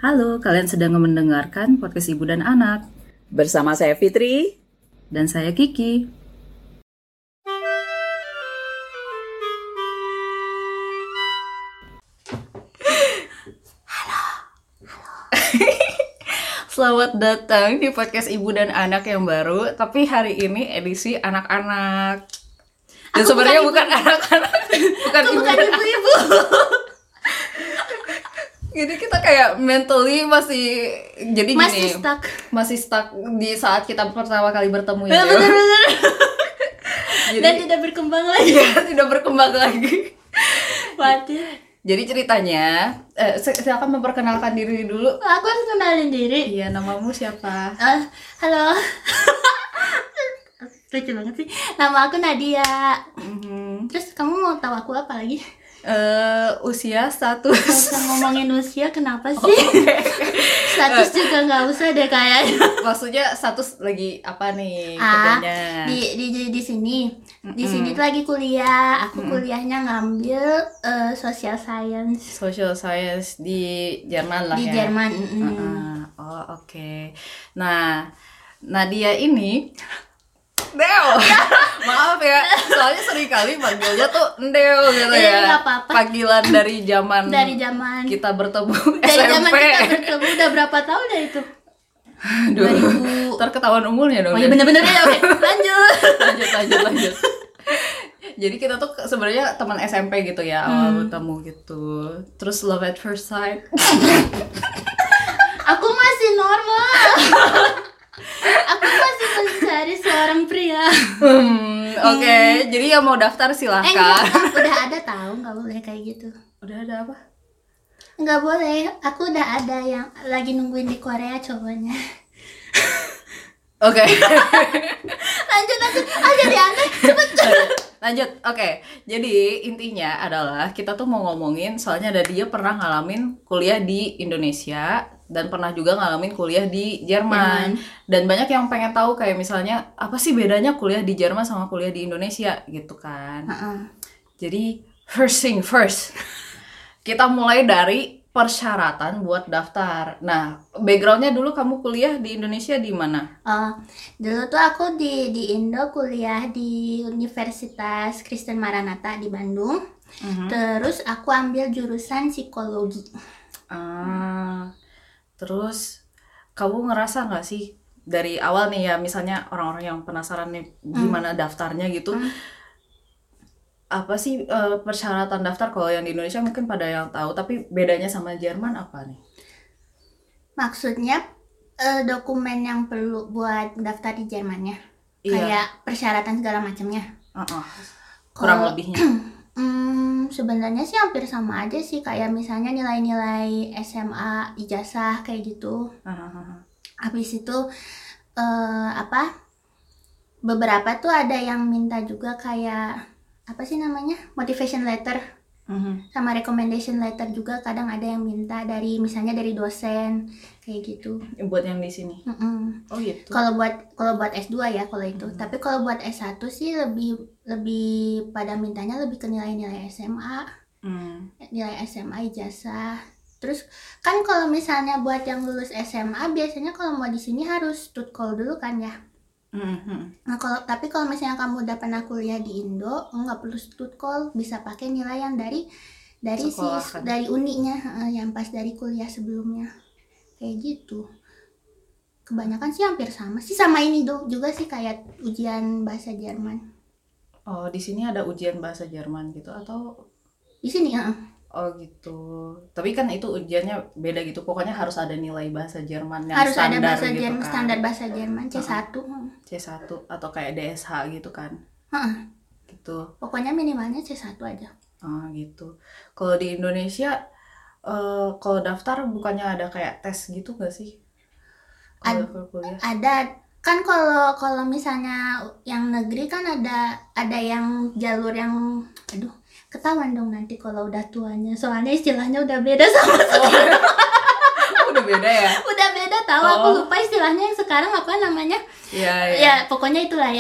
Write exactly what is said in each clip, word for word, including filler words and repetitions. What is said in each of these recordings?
Halo, kalian sedang mendengarkan podcast Ibu dan Anak. Bersama saya Fitri. Dan saya Kiki. Halo, halo. Selamat datang di podcast Ibu dan Anak yang baru. Tapi hari ini edisi anak-anak. Dan sebenarnya bukan anak-anak, bukan Aku ibu bukan dan ibu-ibu. Jadi kita kayak mentally masih jadi Masih gini, stuck. masih stuck di saat kita pertama kali bertemu ya. Bener-bener. Jadi Dan tidak berkembang lagi. ya, tidak berkembang lagi. Khawatir. Jadi ceritanya, eh, silakan memperkenalkan diri dulu. Aku harus kenalin diri. Iya, namamu siapa? Ah, halo. Lucu banget sih. Nama aku Nadia. Mhm. Terus kamu mau tahu aku apa lagi? Eh, usia, status. Gak usah ngomongin usia, kenapa sih? Status juga nggak usah deh kayaknya. Maksudnya status lagi apa nih Ah, kerjanya? di di di, di sini di Mm-mm. sini tuh lagi kuliah. Aku Mm-mm. kuliahnya ngambil eh, social science Social science di Jerman lah di ya. Jerman. mm-mm. Uh-uh. Oh, oke. Nah, Nadia ini Deo. Maaf ya, soalnya sering kali manggilnya tuh Ndeo gitu Iya, ya. nggak apa-apa. Panggilan dari zaman Dari zaman kita bertemu dari S M P. zaman kita bertemu udah berapa tahun ya itu? Aduh, dua ribu. ntar ketahuan umurnya dong. Oh iya ya. bener-bener ya, oke lanjut. lanjut lanjut lanjut jadi kita tuh sebenarnya teman S M P gitu ya, awal Hmm. bertemu gitu, terus love at first sight. Aku masih normal. Aku masih mencari seorang pria. hmm, oke, jadi yang mau daftar Eh silahkan. enggak, udah ada tahu, nggak boleh kayak gitu. Udah ada apa? Nggak boleh, aku udah ada yang lagi nungguin di Korea cowoknya. Oke. Lanjut lanjut, ah jadi aneh, cepet. Lanjut, oke. Jadi intinya adalah kita tuh mau ngomongin, soalnya ada dia pernah ngalamin kuliah di Indonesia dan pernah juga ngalamin kuliah di Jerman. Dan banyak yang pengen tahu kayak misalnya apa sih bedanya kuliah di Jerman sama kuliah di Indonesia gitu kan. Heeh. Jadi first thing first, kita mulai dari persyaratan buat daftar. Nah, backgroundnya dulu kamu kuliah di Indonesia di mana? Oh, dulu tuh aku di di Indo kuliah di Universitas Kristen Maranatha di Bandung. Terus aku ambil jurusan psikologi. Ah, terus kamu ngerasa nggak sih dari awal nih ya, misalnya orang-orang yang penasaran nih gimana daftarnya gitu, Hmm. apa sih eh, persyaratan daftar? Kalau yang di Indonesia mungkin pada yang tahu, tapi bedanya sama Jerman apa nih? Maksudnya eh, dokumen yang perlu buat daftar di Jermannya, Iya. kayak persyaratan segala macamnya. Uh-uh. Kurang Kalau- lebihnya. Hmm, sebenarnya sih hampir sama aja sih, kayak misalnya nilai-nilai S M A, ijazah kayak gitu. Hahaha. Habis itu eh, apa? Beberapa tuh ada yang minta juga kayak apa sih namanya? Motivation letter Mhm. sama recommendation letter juga, kadang ada yang minta dari misalnya dari dosen kayak gitu. Buat yang di sini. Mm-mm. Oh gitu. Kalau buat kalau buat S dua ya kalau itu. Hmm. Tapi kalau buat S satu sih lebih lebih pada mintanya lebih ke nilai-nilai S M A, Hmm. nilai S M A, ijazah. Terus kan kalau misalnya buat yang lulus S M A biasanya kalau mau di sini harus tutkol dulu kan ya. Mhm. Nah, kalau tapi kalau misalnya kamu udah pernah kuliah di Indo, nggak perlu tutkol, bisa pakai nilai yang dari dari si Sekolah kan. dari uninya, eh, yang pas dari kuliah sebelumnya. Kayak gitu. Kebanyakan sih hampir sama sih, sama ini do, juga sih kayak ujian bahasa Jerman. Oh, di sini ada ujian bahasa Jerman gitu atau Di sini ya. oh gitu. Tapi kan itu ujiannya beda gitu. Pokoknya harus ada nilai bahasa Jerman yang Harus ada standar bahasa gitu Jerman, kan. standar bahasa Jerman C satu. C satu atau kayak D S H gitu kan. Heeh. Gitu. Pokoknya minimalnya C satu aja. Ah, gitu. Kalau di Indonesia eh kalau daftar bukannya ada kayak tes gitu gak sih? Kalau Ad- daftar kuliah. Ada kan kalau kalau misalnya yang negeri kan ada ada yang jalur yang aduh ketahuan dong nanti kalau udah tuanya, soalnya istilahnya udah beda sama sekarang. Oh, udah beda ya? Udah beda tahu, aku Oh. lupa istilahnya yang sekarang apa namanya. Iya, iya. Ya pokoknya itulah ya.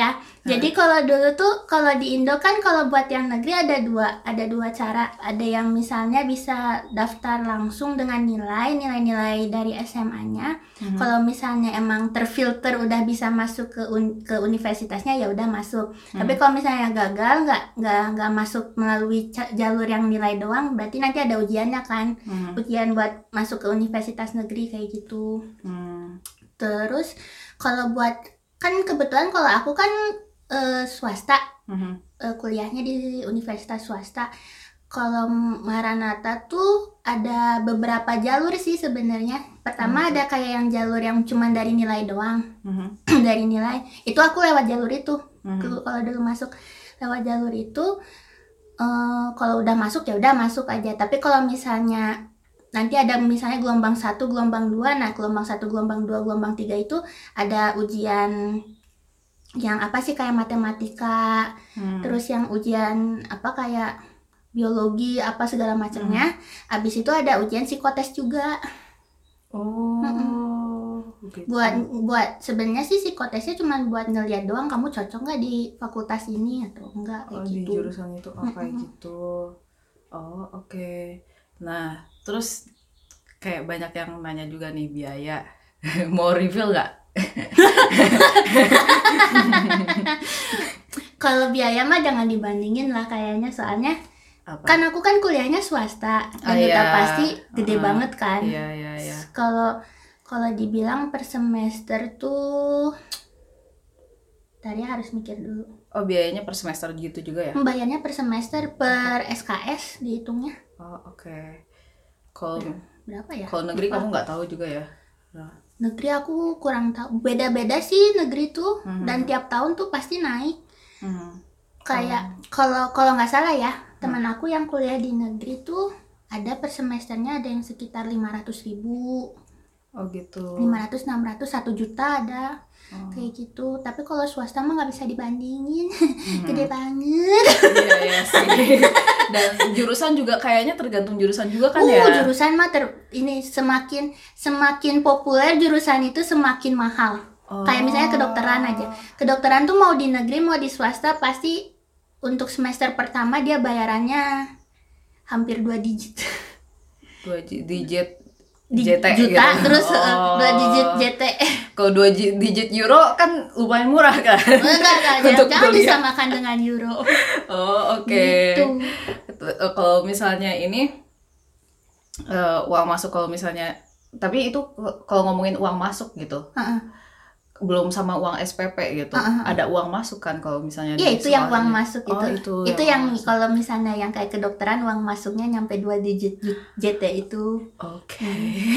Jadi kalau dulu tuh kalau di Indo kan kalau buat yang negeri ada dua ada dua cara. Ada yang misalnya bisa daftar langsung dengan nilai nilai-nilai dari S M A-nya. Hmm. Kalau misalnya emang terfilter udah bisa masuk ke un, ke universitasnya ya udah masuk. Hmm. Tapi kalau misalnya gagal nggak nggak nggak masuk melalui jalur yang nilai doang, berarti nanti ada ujiannya kan. Hmm. Ujian buat masuk ke universitas negeri kayak gitu. Hmm. Terus kalau buat kan kebetulan kalau aku kan Uh, swasta, uh-huh. uh, kuliahnya di universitas swasta. Kalau Maranatha tuh ada beberapa jalur sih sebenarnya. Pertama uh-huh. ada kayak yang jalur yang cuma dari nilai doang, uh-huh. dari nilai. Itu aku lewat jalur itu. Uh-huh. Kalau dulu masuk lewat jalur itu, uh, kalau udah masuk ya udah masuk aja. Tapi kalau misalnya nanti ada misalnya gelombang satu, gelombang dua, nah gelombang satu, gelombang dua, gelombang tiga itu ada ujian yang apa sih kayak matematika, hmm. terus yang ujian apa kayak biologi apa segala macamnya. Hmm. Abis itu ada ujian psikotes juga. Oh. Gitu. Buat buat sebenarnya sih psikotesnya cuma buat ngeliat doang kamu cocok nggak di fakultas ini atau enggak kayak oh, gitu. Di jurusan itu oh, kayak gitu. Oh oke. Okay. Nah terus kayak banyak yang nanya juga nih biaya. Mau reveal nggak? Kalau biaya mah jangan dibandingin lah kayaknya, soalnya apa? Kan aku kan kuliahnya swasta dan oh, udah iya. pasti gede uh, banget kan. Iya iya iya. Kalau kalau dibilang per semester tuh tadi harus mikir dulu. Oh biayanya per semester gitu juga ya? Bayarnya per semester per S K S dihitungnya. Oh oke. Okay. Kalau berapa ya? Kalau negeri kamu nggak tahu juga ya? Nah. Negeri aku kurang tahu, beda-beda sih negeri tuh, mm-hmm. dan tiap tahun tuh pasti naik. Mm-hmm. Kayak kalau kalau nggak salah ya, teman aku yang kuliah di negeri tuh ada per semesternya ada yang sekitar lima ratus ribu. Oh gitu. lima ratus, enam ratus, satu juta ada. Oh. Kayak gitu. Tapi kalau swasta mah nggak bisa dibandingin. Hmm. Gede banget. Iya iya sih. Dan jurusan juga kayaknya tergantung jurusan juga kan uh, ya. Jurusan mah ter ini semakin semakin populer jurusan itu semakin mahal. Oh. Kayak misalnya kedokteran aja. Kedokteran tuh mau di negeri mau di swasta pasti untuk semester pertama dia bayarannya hampir dua digit. Dua digit. Di J T juta gitu. Terus oh. dua digit J T. Kalau dua digit euro kan lumayan murah kan? Enggak, enggak, jangan disamakan dengan euro. Oh oke. Okay. Gitu. Kalau misalnya ini uh, uang masuk kalau misalnya, tapi itu kalau ngomongin uang masuk gitu, uh-uh. belum sama uang S P P gitu, uh-uh. ada uang masuk kan kalau misalnya? Iya itu yang uang masuk oh, itu. itu. Itu yang, yang kalau misalnya yang kayak kedokteran uang masuknya nyampe dua digit J T itu. Oke. Okay.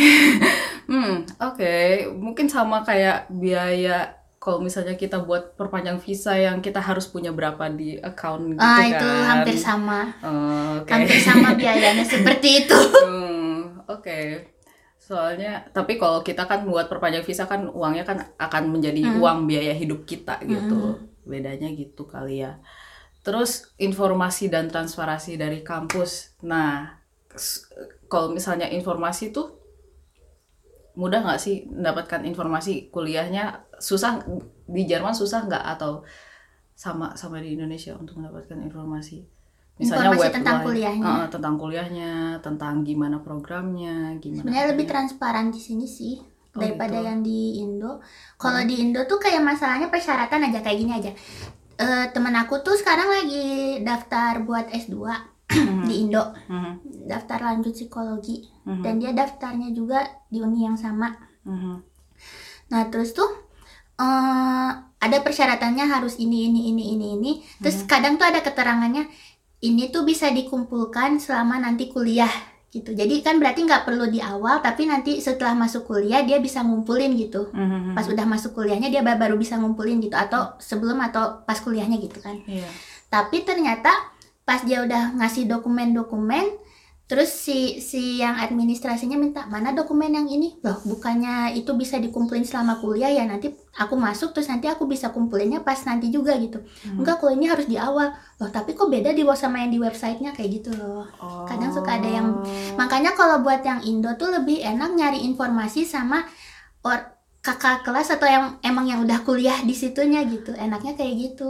hmm oke okay. Mungkin sama kayak biaya kalau misalnya kita buat perpanjang visa yang kita harus punya berapa di account gitu ah, kan. Itu hampir sama. Oh, okay. Hampir sama biayanya seperti itu. Hmm, oke. Okay. Soalnya tapi kalau kita kan buat perpanjang visa kan uangnya kan akan menjadi hmm. uang biaya hidup kita gitu. Hmm. Bedanya gitu kali ya. Terus informasi dan transparansi dari kampus. Nah, kalau misalnya informasi tuh mudah nggak sih mendapatkan informasi kuliahnya? Susah di Jerman susah nggak atau sama sama di Indonesia untuk mendapatkan informasi? Misalnya informasi web tentang lain, kuliahnya, uh, tentang kuliahnya, tentang gimana programnya, gimana. Sebenarnya lebih transparan di sini sih oh, daripada gitu. Yang di Indo. Kalau hmm. di Indo tuh kayak masalahnya persyaratan aja kayak gini aja. Uh, temen aku tuh sekarang lagi daftar buat S dua mm-hmm. di Indo, mm-hmm. daftar lanjut psikologi, mm-hmm. dan dia daftarnya juga di uni yang sama. Mm-hmm. Nah terus tuh uh, ada persyaratannya harus ini ini ini ini ini. Terus mm-hmm. kadang tuh ada keterangannya ini tuh bisa dikumpulkan selama nanti kuliah gitu. Jadi kan berarti nggak perlu di awal, tapi nanti setelah masuk kuliah dia bisa ngumpulin gitu. Mm-hmm. Pas udah masuk kuliahnya dia baru bisa ngumpulin gitu, atau sebelum atau pas kuliahnya gitu kan. Yeah. Tapi ternyata pas dia udah ngasih dokumen-dokumen, terus si si yang administrasinya minta mana dokumen yang ini, loh bukannya itu bisa dikumpulin selama kuliah ya, nanti aku masuk terus nanti aku bisa kumpulinnya pas nanti juga gitu. Hmm. Enggak, kalau ini harus di awal. Loh tapi kok beda di sama yang di websitenya kayak gitu loh. Oh. Kadang suka ada yang, makanya kalau buat yang Indo tuh lebih enak nyari informasi sama or kakak kelas atau yang emang yang udah kuliah di situnya gitu, enaknya kayak gitu.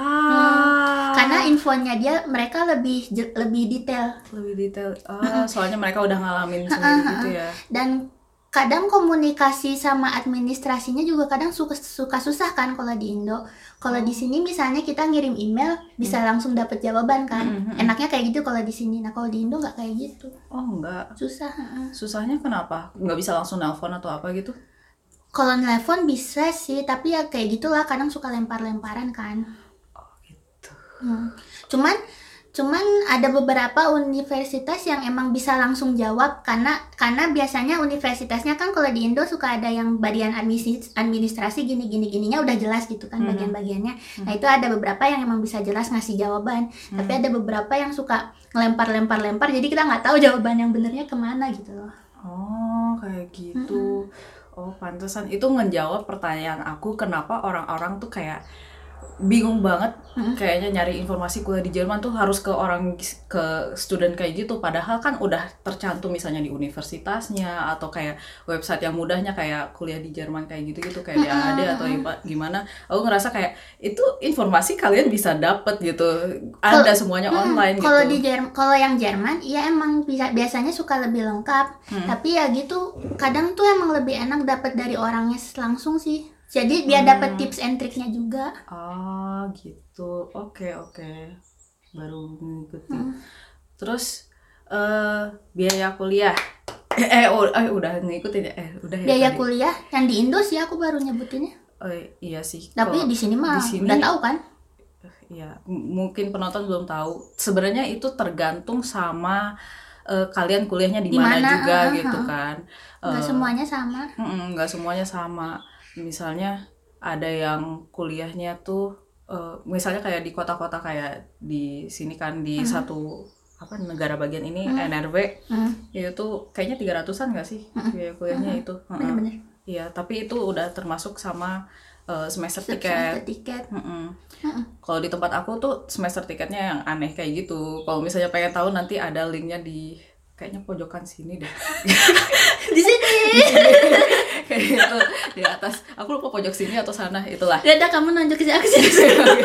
Ah. Karena infonya dia mereka lebih je- lebih detail. Lebih detail. Ah, soalnya mereka udah ngalamin sendiri gitu ya. Dan kadang komunikasi sama administrasinya juga kadang suka suka susah kan kalau di Indo. Kalau di sini misalnya kita ngirim email bisa langsung dapet jawaban kan. Enaknya kayak gitu kalau di sini. Nah kalau di Indo nggak kayak gitu, Oh enggak. susah. heeh. Susahnya kenapa? Nggak bisa langsung nelpon atau apa gitu? Kalau nelpon bisa sih, tapi ya kayak gitulah kadang suka lempar-lemparan kan. Oh gitu. Hmm. Cuman cuman ada beberapa universitas yang emang bisa langsung jawab karena karena biasanya universitasnya kan kalau di Indo suka ada yang bagian administrasi, administrasi gini gini gininya udah jelas gitu kan bagian-bagiannya. Nah itu ada beberapa yang emang bisa jelas ngasih jawaban, tapi ada beberapa yang suka ngelempar-lempar-lempar jadi kita nggak tahu jawaban yang benernya kemana gitu loh. Oh kayak gitu. Oh pantesan itu ngejawab pertanyaan aku kenapa orang-orang tuh kayak bingung banget kayaknya nyari informasi kuliah di Jerman tuh harus ke orang ke student kayak gitu, padahal kan udah tercantum misalnya di universitasnya atau kayak website yang mudahnya kayak kuliah di Jerman kayak gitu-gitu kayak di A A D atau gimana. Aku ngerasa kayak itu informasi kalian bisa dapet gitu, ada Kalo- semuanya Mm-mm. online gitu. Kalau di Jerman, kalau yang Jerman, ya emang bisa biasanya suka lebih lengkap. Tapi ya gitu, kadang tuh emang lebih enak dapat dari orangnya langsung sih. Jadi biar dapat tips and triknya juga. Oh gitu, oke oke, baru ngikutin. Terus eh biaya kuliah, eh, eh, oh, eh udah ngikutin ya, eh udah ya Biaya tadi. kuliah yang di Indo sih aku baru nyebutinnya. Oh iya sih. Tapi Kalau di sini mah di sini- udah tahu kan? ya m- mungkin penonton belum tahu. Sebenarnya itu tergantung sama eh, kalian kuliahnya di Di mana mana, juga ah, ah, gitu ah. kan. Nggak Eh, semuanya sama. Mm-mm, nggak semuanya sama. Misalnya ada yang kuliahnya tuh eh, misalnya kayak di kota-kota kayak di sini kan di satu apa negara bagian ini N R W Hmm. itu kayaknya tiga ratusan nggak sih biaya kuliahnya itu. Heeh. Bener-bener. Iya, tapi itu udah termasuk sama eh, semester Semester tiket. tiket. Mm-mm. Kalau di tempat aku tuh semester tiketnya yang aneh kayak gitu. Kalau misalnya pengen tahu nanti ada linknya di kayaknya pojokan sini deh. Di sini. Kayak gitu di atas. Aku lupa pojok sini atau sana, itulah. Gak ada kamu nunjuk ke aku sini.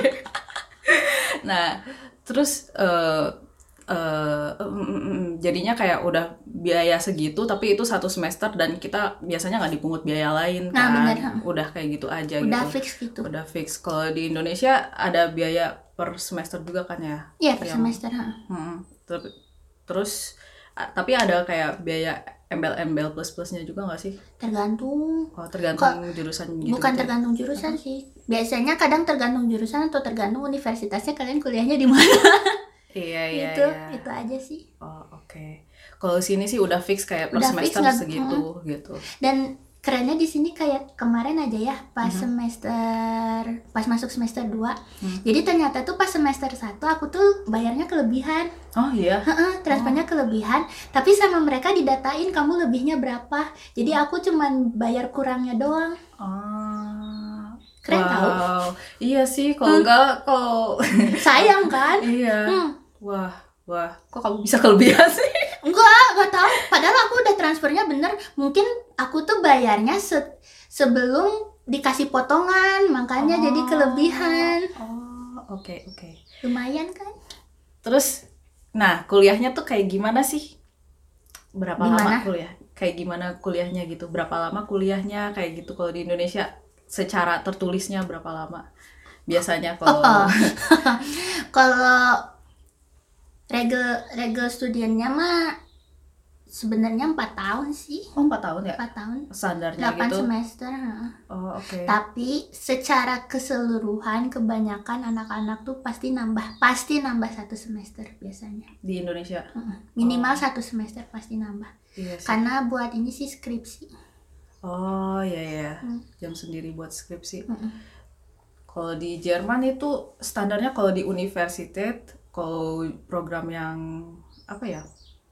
Nah, terus eh eh, mm, mm, mm, jadinya kayak udah biaya segitu, tapi itu satu semester dan kita biasanya nggak dipungut biaya lain Nah, kan. bener, ha. Udah kayak gitu aja Udah gitu. fix gitu. Udah fix. Kalau di Indonesia ada biaya per semester juga kan ya? Iya per Yang- semester. ha. Mm, ter- terus a- tapi ada kayak biaya embel-embel plus-plusnya juga nggak sih? Tergantung. Oh, tergantung jurusan gitu. Bukan tergantung jurusan sih. Biasanya kadang tergantung jurusan atau tergantung universitasnya kalian kuliahnya di mana. Iya, iya, itu iya. itu aja sih. Oh, oke. Kalau sini sih udah fix kayak per Udah fix, semester nggak- segitu gitu. Dan kerennya di sini kayak kemarin aja ya pas Mhm. semester pas masuk semester dua. Jadi ternyata tuh pas semester satu aku tuh bayarnya kelebihan. Oh iya. Heeh, transfernya kelebihan, tapi sama mereka didatain kamu lebihnya berapa. Jadi aku cuman bayar kurangnya doang. Oh. Keren wow. tau? Iya sih, kalau enggak kalau Sayang kan? iya. Hmm. Wah, wah. Kok kamu bisa kelebihan sih? Enggak, enggak tahu. Padahal aku udah transfernya bener. Mungkin aku tuh bayarnya se- sebelum dikasih potongan, makanya jadi Oh. kelebihan. Oh, oke, oke. Lumayan kan? Terus nah, kuliahnya tuh kayak gimana sih? Berapa lama Gimana? kuliah? Kayak gimana kuliahnya gitu? Berapa lama kuliahnya kayak gitu kalau di Indonesia secara tertulisnya berapa lama? Biasanya kalau Oh. Kalau regel regel studiennya mah sebenarnya empat tahun sih. oh, empat tahun ya? empat tahun. Standarnya delapan gitu. semester. ha. Oh, oke. Tapi secara keseluruhan kebanyakan anak-anak tuh pasti nambah, pasti nambah satu semester biasanya. Di Indonesia. Mm-mm. Minimal satu semester pasti nambah. Iya sih. Karena buat ini sih skripsi. Oh, iya ya. Hmm. Jam sendiri buat skripsi. Mm-mm. Kalau di Jerman itu standarnya kalau di universitas, kalau program yang apa ya?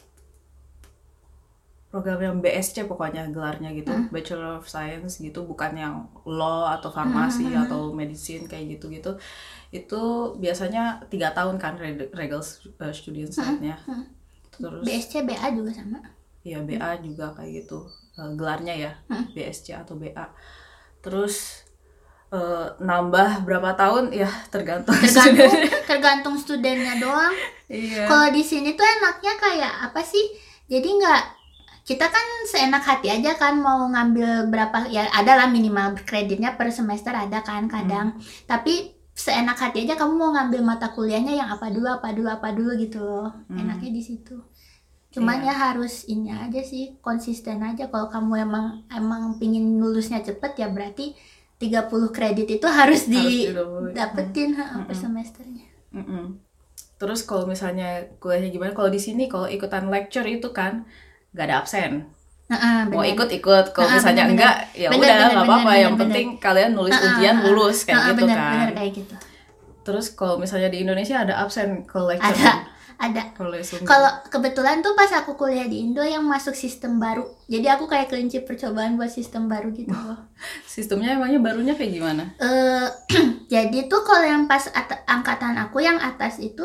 Program yang B S C pokoknya gelarnya gitu, Bachelor of Science gitu, bukan yang law atau farmasi atau medicine kayak gitu-gitu. Itu biasanya tiga tahun kan reg- regel uh, student nya. Terus B S C B A juga sama. Iya, B A juga kayak gitu. Eh, gelarnya ya, Hmm. B S C atau B A. Terus eh, nambah berapa tahun ya tergantung Tergantung student. tergantung studennya doang. Iya. Kalau di sini tuh enaknya kayak apa sih? Jadi nggak, kita kan seenak hati aja kan mau ngambil berapa, ya ada lah minimal kreditnya per semester ada kan kadang. Tapi seenak hati aja kamu mau ngambil mata kuliahnya yang apa dulu, apa dulu, apa dulu gitu loh. Hmm. Enaknya di situ. Cuman Iya. ya harus ini aja sih, konsisten aja. Kalau kamu emang emang pingin lulusnya cepet ya berarti tiga puluh kredit itu harus Harus didapet. didapetin ha, per Mm-mm. semesternya. Mm-mm. Terus kalau misalnya kuliahnya gimana? Kalau di sini kalau ikutan lecture itu kan nggak ada absen. Heeh, Mau bener. ikut ikut. Kalau Ah, misalnya bener, enggak, ya Bener, udah bener, nggak apa-apa. bener, Yang bener, penting kalian nulis Ah, ujian ah, ah. lulus kayak Ah, gitu bener, kan. bener kayak gitu. Terus kalau misalnya di Indonesia ada absen ke lecture. Ada, ada. Kalau Sumber. Kalau kebetulan tuh pas aku kuliah di Indo yang masuk sistem baru. Jadi aku kayak kelinci percobaan buat sistem baru gitu loh. Sistemnya emangnya barunya kayak gimana? Eh, jadi tuh kalau yang pas at- angkatan aku yang atas itu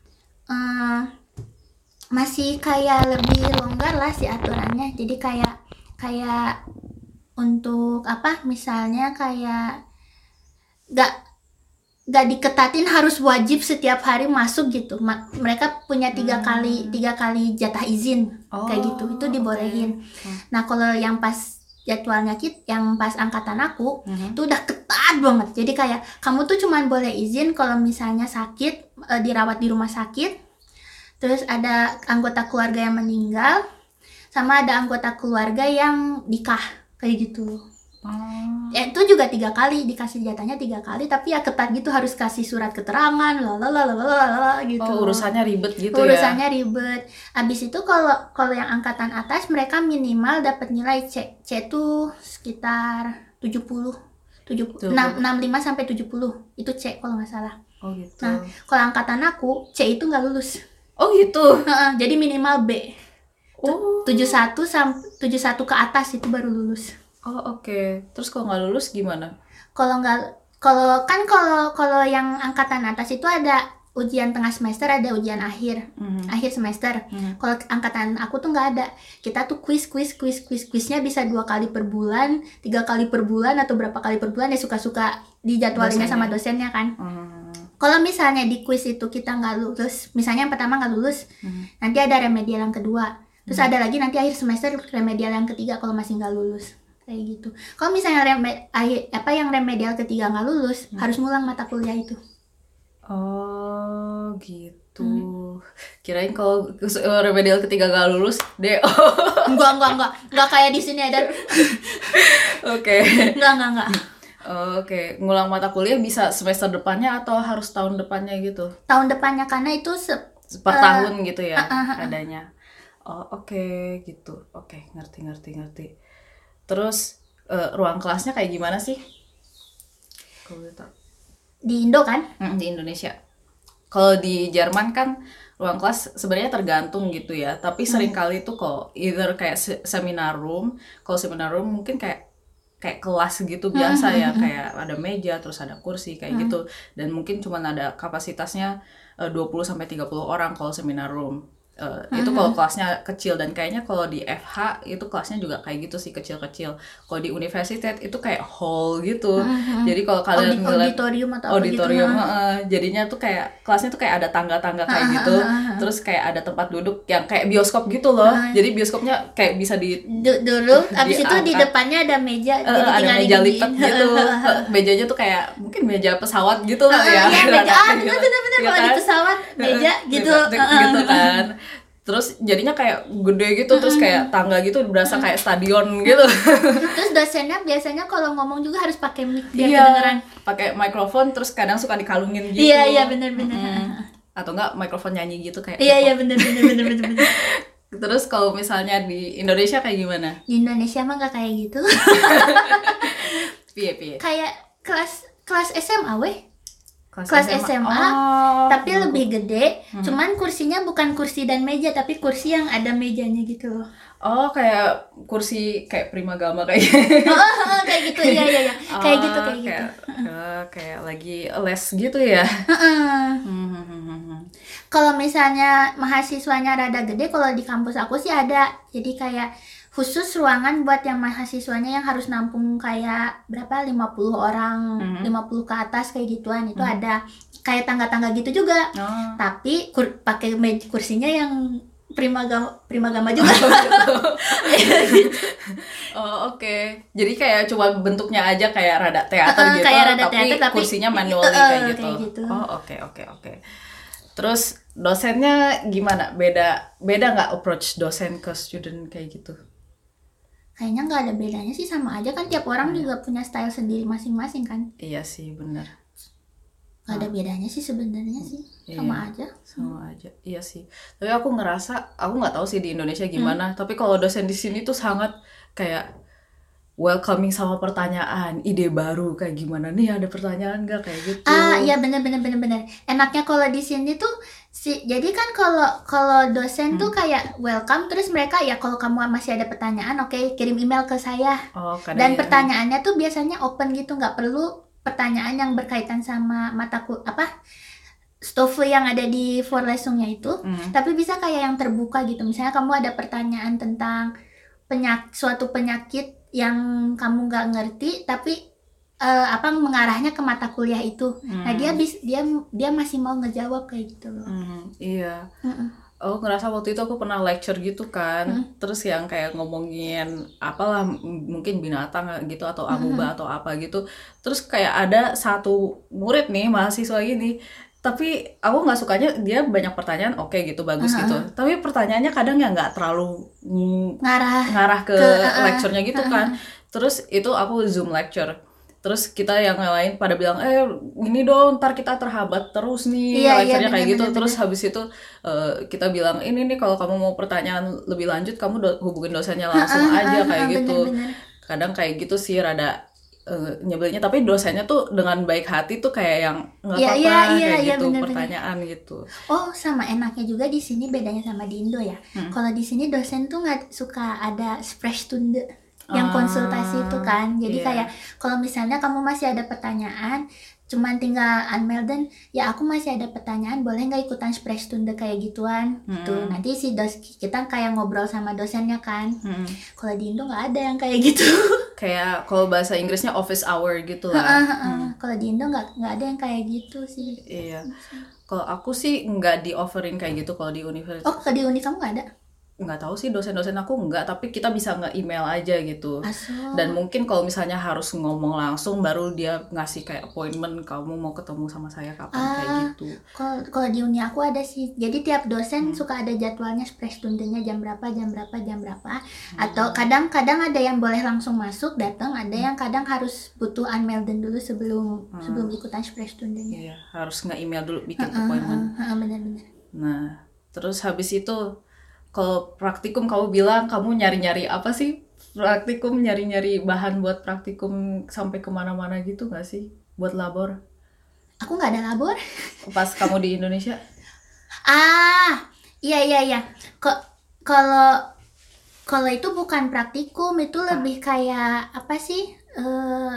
eh, masih kayak lebih longgar lah si aturannya. Jadi kayak kayak untuk apa? Misalnya kayak gak gak diketatin harus wajib setiap hari masuk gitu. Ma- mereka punya tiga Hmm. kali tiga kali jatah izin kayak gitu. Itu dibolehin. Hmm. Nah kalau yang pas jadwalnya kit, yang pas angkatan aku Mhm. itu udah ketat banget. Jadi kayak kamu tuh cuman boleh izin kalau misalnya sakit, e, dirawat di rumah sakit, terus ada anggota keluarga yang meninggal, sama ada anggota keluarga yang nikah kayak gitu. Oh. Ya, itu juga tiga kali dikasih jatahnya tiga kali, tapi ya ketat gitu, harus kasih surat keterangan, lalalala gitu. Oh, urusannya ribet gitu ya. Urusannya ribet. Abis itu kalau kalau yang angkatan atas mereka minimal dapat nilai C. C itu sekitar tujuh puluh. tujuh puluh, Tuh. enam puluh lima sampai tujuh puluh. Itu C kalau nggak salah. Oh gitu. Nah, kalau angkatan aku C itu nggak lulus. Oh gitu. Heeh, jadi minimal B. Oh. tujuh puluh satu sampai tujuh puluh satu ke atas itu baru lulus. Oh oke. Terus kalau nggak lulus gimana? Kalau nggak, kalau kan kalau kalau yang angkatan atas itu ada ujian tengah semester, ada ujian akhir Mhm. akhir semester. Mhm. Kalau angkatan aku tuh nggak ada. Kita tuh quiz quiz quiz quiz quiznya bisa dua kali per bulan, tiga kali per bulan, atau berapa kali per bulan ya suka-suka dijadwalinnya Dosennya. sama dosennya kan. Hmm. Kalau misalnya di quiz itu kita nggak lulus, misalnya yang pertama nggak lulus, Mhm. nanti ada remedial yang kedua, terus ada lagi nanti akhir semester remedial yang ketiga kalau masih nggak lulus kayak gitu. Kalau misalnya reme, akhir, apa yang remedial ketiga nggak lulus, harus ngulang mata kuliah itu. Oh gitu. Kirain kalau kes- eh, remedial ketiga gak lulus, D O. Enggak enggak enggak enggak kayak di sini ada. Oke. Enggak enggak enggak. Oke, ngulang mata kuliah bisa semester depannya atau harus tahun depannya gitu? Tahun depannya karena itu se- Per Eh, tahun gitu ya ah, ah, ah. adanya. Oh oke gitu. Oke, ngerti ngerti ngerti. Terus eh, ruang kelasnya kayak gimana sih? Kalau boleh tahu. di Indo kan. Mm, di Indonesia. Kalau di Jerman kan ruang kelas sebenarnya tergantung gitu ya. Tapi sering kali tuh kok either kayak se- seminar room. Kalau seminar room mungkin kayak kayak kelas gitu biasa ya, kayak ada meja terus ada kursi kayak gitu. Dan mungkin cuma ada kapasitasnya eh, dua puluh sampai tiga puluh orang kalau seminar room. Eh, itu kalau kelasnya kecil, dan kayaknya kalau di F H itu kelasnya juga kayak gitu sih, kecil-kecil. Kalau di universitas itu kayak hall gitu. Jadi kalau kalian Audi- ngeliat auditorium atau apa auditorium, gitu. heeh. Jadinya tuh kayak kelasnya tuh kayak ada tangga-tangga kayak gitu, terus kayak ada tempat duduk yang kayak bioskop gitu loh. Jadi bioskopnya kayak bisa di Du- dulu abis itu di Diangkat. depannya ada meja, eh, jadi ada tinggal meja diginiin. lipat gitu. Eh, Mejanya tuh kayak mungkin meja pesawat gitu lah Ah, ya. iya, meja. Ah, Gitu. bener-bener Iya kalau di kan? pesawat meja Heeh, gitu. lipat gitu kan. Terus jadinya kayak gede gitu, terus kayak tangga gitu, berasa kayak stadion gitu. Terus dosennya biasanya kalau ngomong juga harus pakai mic biar Iya, kedengeran. pakai mikrofon, terus kadang suka dikalungin gitu. Iya iya benar-benar. Mm. Atau enggak mikrofon nyanyi gitu kayak Iya K-pop. iya benar-benar benar-benar benar. Terus kalau misalnya di Indonesia kayak gimana? Di Indonesia mah nggak kayak gitu. Piye piye? Kayak kelas kelas S M A weh. Kelas, Kelas S M A, Oh, tapi lebih gede, Hmm. cuman kursinya bukan kursi dan meja, tapi kursi yang ada mejanya gitu loh. Oh, kayak kursi kayak primagama kayak. Oh, oh, oh, kayak gitu, iya iya iya, kayak Oh, gitu kayak gitu. kayak, eh, kayak lagi les gitu ya. Heeh. Hmm, hmm, hmm, hmm, hmm. Kalau misalnya mahasiswanya rada gede, kalau di kampus aku sih ada. Jadi kayak khusus ruangan buat yang mahasiswanya yang harus nampung kayak berapa lima puluh orang, Mhm. lima puluh ke atas kayak gituan itu Mhm. ada. Kayak tangga-tangga gitu juga. Oh. Tapi kur- pakai meja kursinya yang primagama primagama juga. Oh oke, jadi kayak cuma bentuknya aja kayak rada teater Uh-uh, gitu, kayak rada tapi, teater, tapi- kursinya manually uh, kayak gitu. kayak gitu. Oh oke oke oke. Terus dosennya gimana? Beda beda nggak approach dosen ke student kayak gitu? Kayaknya nggak ada bedanya sih, sama aja kan, tiap orang Iya. juga punya style sendiri masing-masing kan. Iya sih bener, Nggak ada bedanya sih sebenarnya sih, sama Iya. aja. sama aja. Iya sih. Tapi aku ngerasa, aku nggak tahu sih di Indonesia Hmm. gimana. Tapi kalau dosen di sini tuh sangat kayak welcoming sama pertanyaan, ide baru kayak gimana nih, ada pertanyaan nggak kayak gitu? Ah iya, bener bener bener bener. Enaknya kalau di sini tuh si jadi kan kalau kalau dosen tuh Hmm. kayak welcome, terus mereka ya kalau kamu masih ada pertanyaan, oke kirim email ke saya. Oh, kadang Dan ya. pertanyaannya tuh biasanya open gitu, nggak perlu pertanyaan yang berkaitan sama mataku apa stofu yang ada di Vorlesungnya itu. Hmm. Tapi bisa kayak yang terbuka gitu. Misalnya kamu ada pertanyaan tentang penyak suatu penyakit yang kamu nggak ngerti, tapi eh, apa mengarahnya ke mata kuliah itu. Nah Hmm. dia bis dia dia masih mau ngejawab kayak gitu loh. Hmm, iya. Mm-mm. Aku ngerasa waktu itu aku pernah lecture gitu kan, Hmm. terus yang kayak ngomongin apalah m- mungkin binatang gitu atau amuba atau apa gitu, terus kayak ada satu murid nih mahasiswa ini, tapi aku nggak sukanya dia banyak pertanyaan, oke gitu bagus gitu, tapi pertanyaannya kadang ya nggak terlalu mm, Ngarah. ngarah ke, Ke, uh-uh, lecture-nya gitu kan. Terus itu aku Zoom lecture. Terus kita yang lain pada bilang, eh ini dong, ntar kita terhambat terus nih Iya, iya, lecture-nya kayak bener, gitu. bener, Terus habis itu eh, kita bilang, ini nih kalau kamu mau pertanyaan lebih lanjut, kamu do- hubungin dosennya langsung Uh-uh, aja uh-uh, kayak gitu. bener-bener. Kadang kayak gitu sih rada eh, nyebelinnya, tapi dosennya tuh dengan baik hati tuh kayak yang nggak Iya, apa-apa iya, iya, kayak iya, gitu bener-bener. pertanyaan gitu. Oh, sama enaknya juga di sini bedanya sama di Indo ya. Hmm. Kalau di sini dosen tuh nggak suka ada Sprechstunde yang Ah, konsultasi itu kan. Jadi iya. kayak kalau misalnya kamu masih ada pertanyaan, cuman tinggal unmelden, ya aku masih ada pertanyaan, boleh nggak ikutan Sprechstunde kayak gituan. Hmm. Tuh, nanti si dos kita kayak ngobrol sama dosennya kan. Mm-mm. Kalau di Indo nggak ada yang kayak gitu. Kayak kalau bahasa Inggrisnya office hour gitu Heeh, lah. heeh. Kalau di Indo nggak nggak ada yang kayak gitu sih. Iya. Kalau aku sih nggak di offerin kayak gitu kalau di universitas. Oh, ke di uni kamu nggak ada? Nggak tahu sih dosen-dosen aku nggak, tapi kita bisa nge-email aja gitu. Aso. Dan mungkin kalau misalnya harus ngomong langsung baru dia ngasih kayak appointment, kamu mau ketemu sama saya kapan kayak Ah. gitu. Kalau kalau di uni aku ada sih. Jadi tiap dosen Hmm. suka ada jadwalnya Sprechstundenya jam berapa, jam berapa, jam berapa. Hmm. Atau kadang-kadang ada yang boleh langsung masuk datang, ada yang kadang harus butuh unmelden dulu sebelum Hmm. sebelum ikutan Sprechstundenya. Iya, harus nge-email dulu bikin Heeh, appointment. heeh, heeh, benar-benar. Nah, terus habis itu kalau praktikum kamu bilang kamu nyari-nyari apa sih? Praktikum nyari-nyari bahan buat praktikum sampai kemana-mana gitu nggak sih? Buat labor Aku nggak ada labor. pas kamu di Indonesia? Ah, iya iya iya. Kok kalau kalau itu bukan praktikum, itu lebih kayak apa sih? Eh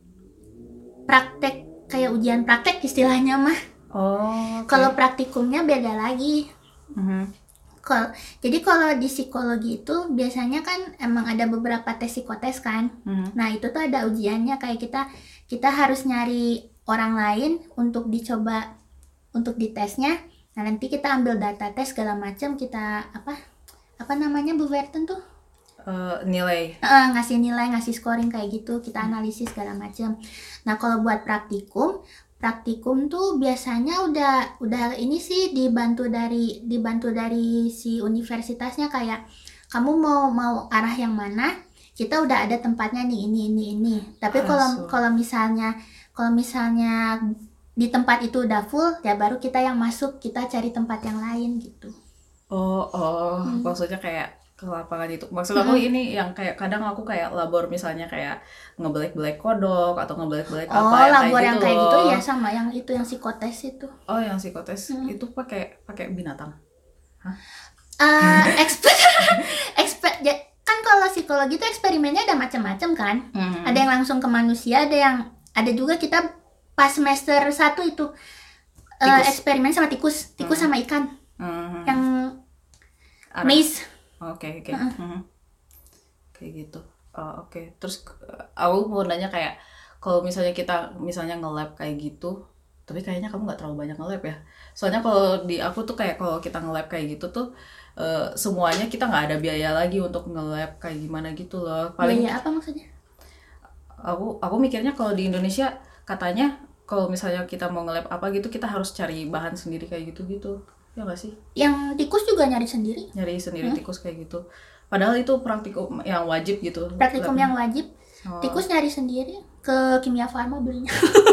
praktek, kayak ujian praktek istilahnya mah. Oh, oke. Kalau praktikumnya beda lagi. Mhm. Kalau jadi kalau di psikologi itu biasanya kan emang ada beberapa tes psikotes kan. Mhm. Nah, itu tuh ada ujiannya, kayak kita kita harus nyari orang lain untuk dicoba untuk ditesnya. Nah, nanti kita ambil data tes segala macam, kita apa? Apa namanya Bu Verten tuh? Eh, nilai. Eh, ngasih nilai, ngasih scoring kayak gitu, kita analisis segala macam. Nah, kalau buat praktikum, praktikum tuh biasanya udah udah ini sih dibantu dari dibantu dari si universitasnya, kayak kamu mau mau arah yang mana, kita udah ada tempatnya nih, ini ini ini. Tapi kalau Asu. kalau misalnya kalau misalnya di tempat itu udah full, ya baru kita yang masuk, kita cari tempat yang lain gitu. Oh, oh, Hmm. maksudnya kayak ke lapangan itu. Maksud aku ini yang kayak kadang aku kayak labor misalnya kayak ngebelek-belek kodok atau ngebelek-belek Oh, apa yang labor kayak yang gitu kayak gitu loh. ya, sama yang itu yang psikotes itu. Oh, yang psikotes Hmm. itu pakai pakai binatang. Eh, eksper, eksper, ya, kan kalau psikologi itu eksperimennya ada macam-macam kan. Mhm. Ada yang langsung ke manusia, ada yang ada juga kita pas semester satu itu Eh, Tikus. eksperimen sama tikus, tikus sama ikan Mhm. yang Arah. maze. Oke oke. Mhm. Kayak gitu. Oh, oke. Terus eh, aku mau nanya kayak kalau misalnya kita misalnya nge-lab kayak gitu, tapi kayaknya kamu nggak terlalu banyak nge-lab ya. Soalnya kalau di aku tuh kayak kalau kita nge-lab kayak gitu tuh eh, semuanya kita nggak ada biaya lagi untuk nge-lab kayak gimana gitu loh. Paling Biaya apa maksudnya? aku aku mikirnya kalau di Indonesia katanya kalau misalnya kita mau nge-lab apa gitu kita harus cari bahan sendiri kayak gitu-gitu. Ya nggak sih? Yang tikus juga nyari sendiri. Nyari sendiri tikus kayak gitu. Padahal itu praktikum yang wajib gitu. Praktikum Lab-nya. yang wajib. Oh. Tikus nyari sendiri ke Kimia Farma belinya.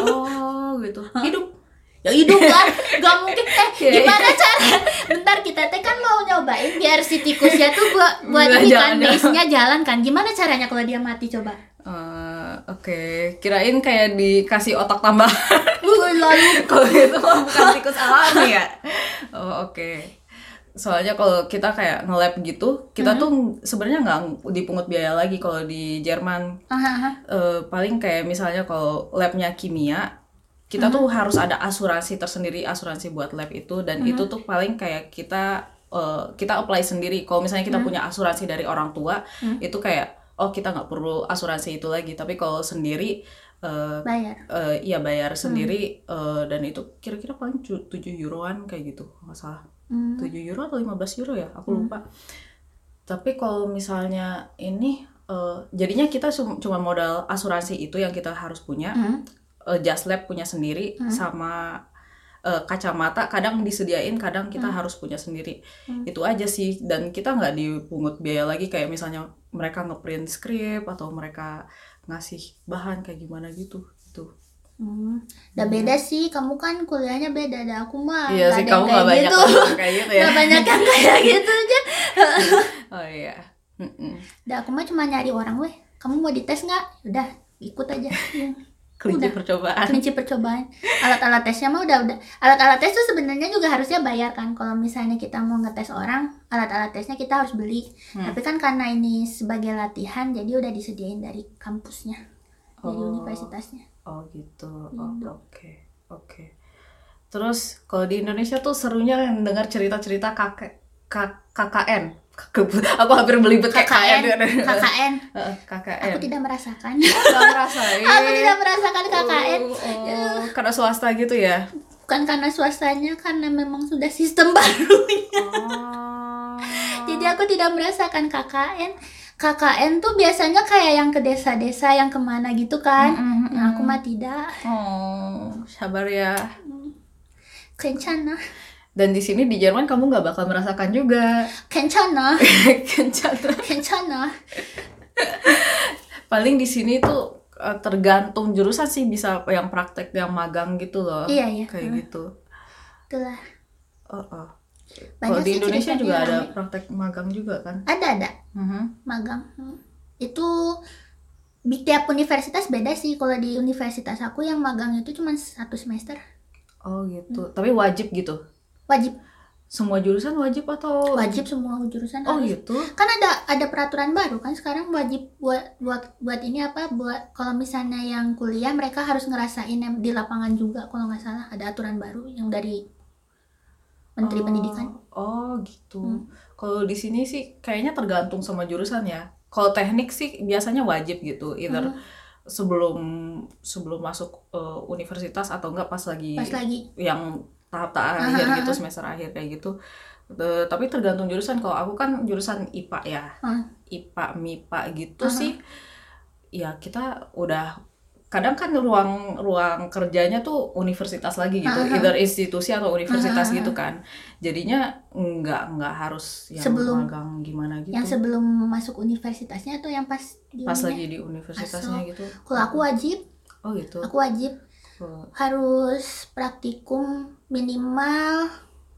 Oh gitu. Hidup. Ya hidup lah, gak mungkin teh. Iya, Gimana cara? Bentar kita teh kan mau nyobain biar si tikusnya tuh buat buat Nggak ini kan jalan, jalan. base-nya jalan kan. Gimana caranya kalau dia mati coba? Eh, Oke, kirain kayak dikasih otak tambahan. Uh, lalu Kalau itu mah bukan tikus alami ya. Oh oke. Soalnya kalau kita kayak nge-lab gitu, kita tuh sebenarnya nggak dipungut biaya lagi kalau di Jerman. aha, aha. Eh, paling kayak misalnya kalau labnya kimia, kita tuh harus ada asuransi tersendiri, asuransi buat lab itu, dan itu tuh paling kayak kita eh, kita apply sendiri. Kalau misalnya kita punya asuransi dari orang tua, itu kayak oh kita nggak perlu asuransi itu lagi. Tapi kalau sendiri eh, Bayar. eh, iya bayar sendiri eh, dan itu kira-kira paling cu- tujuh euroan kayak gitu nggak salah. Hmm. tujuh euro atau lima belas euro ya aku lupa. Tapi kalau misalnya ini eh, jadinya kita cum- cuma modal asuransi itu yang kita harus punya. Hmm. eh, Just Lab punya sendiri sama eh, kacamata kadang disediain, kadang kita harus punya sendiri. Itu aja sih, dan kita nggak dipungut biaya lagi kayak misalnya mereka ngeprint skrip atau mereka ngasih bahan kayak gimana gitu gitu. Hmm. Udah beda sih, kamu kan kuliahnya beda. Dah aku mah Iya nggak sih, ada kamu yang nggak kayak banyak gitu. orang kayak gitu ya. Nggak banyak yang kayak gitu aja. Oh iya. Mm-mm. Dah aku mah cuma nyari orang weh. Kamu mau dites nggak? Udah ikut aja. Kelinci Udah. percobaan. Kelinci percobaan. Alat-alat tesnya mah udah udah. Alat-alat tes tuh sebenarnya juga harusnya bayar kan. Kalau misalnya kita mau ngetes orang, alat-alat tesnya kita harus beli. Tapi kan karena ini sebagai latihan, jadi udah disediain dari kampusnya, dari Oh. universitasnya. Oh gitu. Oh, oke. Oke. Terus kalau di Indonesia tuh serunya yang dengar cerita-cerita kakek K- K K N. Aku hampir belibet K kayak K N, K K N. K K N. Heeh, K K N. Aku tidak merasakan. Nggak ngerasain. Aku tidak merasakan K K N. Oh, karena swasta gitu ya. Bukan karena swastanya, karena memang sudah sistem barunya. Oh. Jadi aku tidak merasakan K K N. K K N tuh biasanya kayak yang ke desa-desa, yang kemana gitu kan. Mm-mm, Nah, aku mah tidak. Oh, sabar ya. Kencana. Dan di sini di Jerman kamu nggak bakal merasakan juga. Kencana. Kencana. Kencana. Paling di sini tuh eh, tergantung jurusan sih, bisa yang praktek yang magang gitu loh. Iya, iya. Kayak Hmm. gitu. Itulah. Oh, oh. Banyak Kalau di sih Indonesia ceritanya juga ada rame. praktek magang juga kan? Ada ada Mhm. magang. Hmm. Itu di tiap universitas beda sih. Kalau di universitas aku yang magang itu cuma satu semester. Oh gitu. Tapi wajib gitu. Wajib. Semua jurusan wajib atau? Wajib semua jurusan Oh harus. gitu. Kan ada ada peraturan baru kan sekarang, wajib buat buat buat ini apa, buat kalau misalnya yang kuliah mereka harus ngerasain yang di lapangan juga, kalau nggak salah ada aturan baru yang dari Menteri Oh, Pendidikan. Oh gitu. Hmm. Kalau di sini sih kayaknya tergantung sama jurusan ya. Kalau teknik sih biasanya wajib gitu, either Hmm. sebelum sebelum masuk eh, universitas atau enggak pas lagi Pas lagi. yang tahap tahap akhir gitu, semester akhir kayak gitu. Eh, tapi tergantung jurusan. Kalau aku kan jurusan I P A ya, Hmm. I P A M I P A gitu sih. Ya kita udah kadang kan ruang ruang kerjanya tuh universitas lagi gitu, either institusi atau universitas gitu kan. Jadinya nggak nggak harus yang Sebelum- magang gimana gitu. Yang sebelum masuk universitasnya atau yang pas di Pas ininya? lagi di universitasnya Masuk. gitu. Kalau aku wajib, Oh gitu. aku wajib Oh, harus praktikum minimal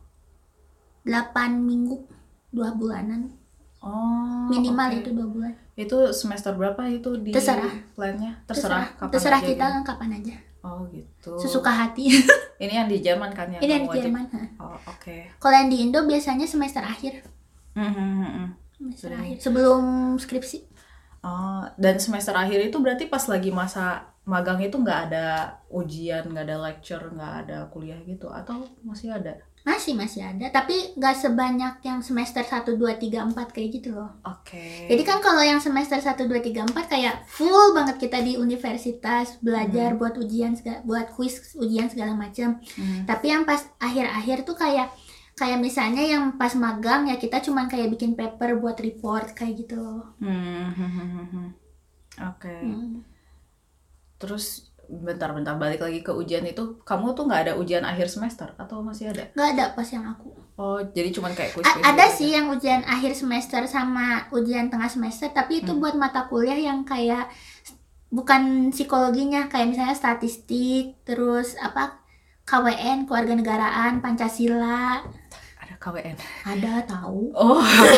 delapan minggu, dua bulanan. Oh, Minimal oke. itu dua bulan. Itu semester berapa itu di Terserah. plannya? Terserah. Kapan Terserah aja kita gitu? kapan aja. Oh gitu. Sesuka hati. Ini yang di Jerman kan yang Ini yang kamu di wajib? Jerman. ha. Oh oke. Kalau yang di Indo biasanya semester akhir. Hmm, hmm, hmm, hmm. Semester Sering. akhir sebelum skripsi. Oh, dan semester akhir itu berarti pas lagi masa magang itu nggak ada ujian, nggak ada lecture, nggak ada kuliah gitu, atau masih ada? Masih masih ada, tapi nggak sebanyak yang semester satu, dua, tiga, empat kayak gitu loh. Oke. Jadi kan kalau yang semester satu, dua, tiga, empat kayak full banget kita di universitas belajar Hmm. buat ujian segala, buat kuis ujian segala macam. Hmm. Tapi yang pas akhir-akhir tuh kayak kayak misalnya yang pas magang ya kita cuman kayak bikin paper buat report kayak gitu loh. Hmm, hmm, hmm, hmm, hmm. Oke. Hmm. Terus bentar-bentar balik lagi ke ujian itu, kamu tuh nggak ada ujian akhir semester atau masih ada? Nggak ada pas yang aku. Oh, jadi cuman kayak kuis. A- ada sih yang ujian akhir semester sama ujian tengah semester, tapi itu Hmm. buat mata kuliah yang kayak bukan psikologinya, kayak misalnya statistik, terus apa K W N, kewarganegaraan, Pancasila. Ada K W N. Ada tahu? Oh,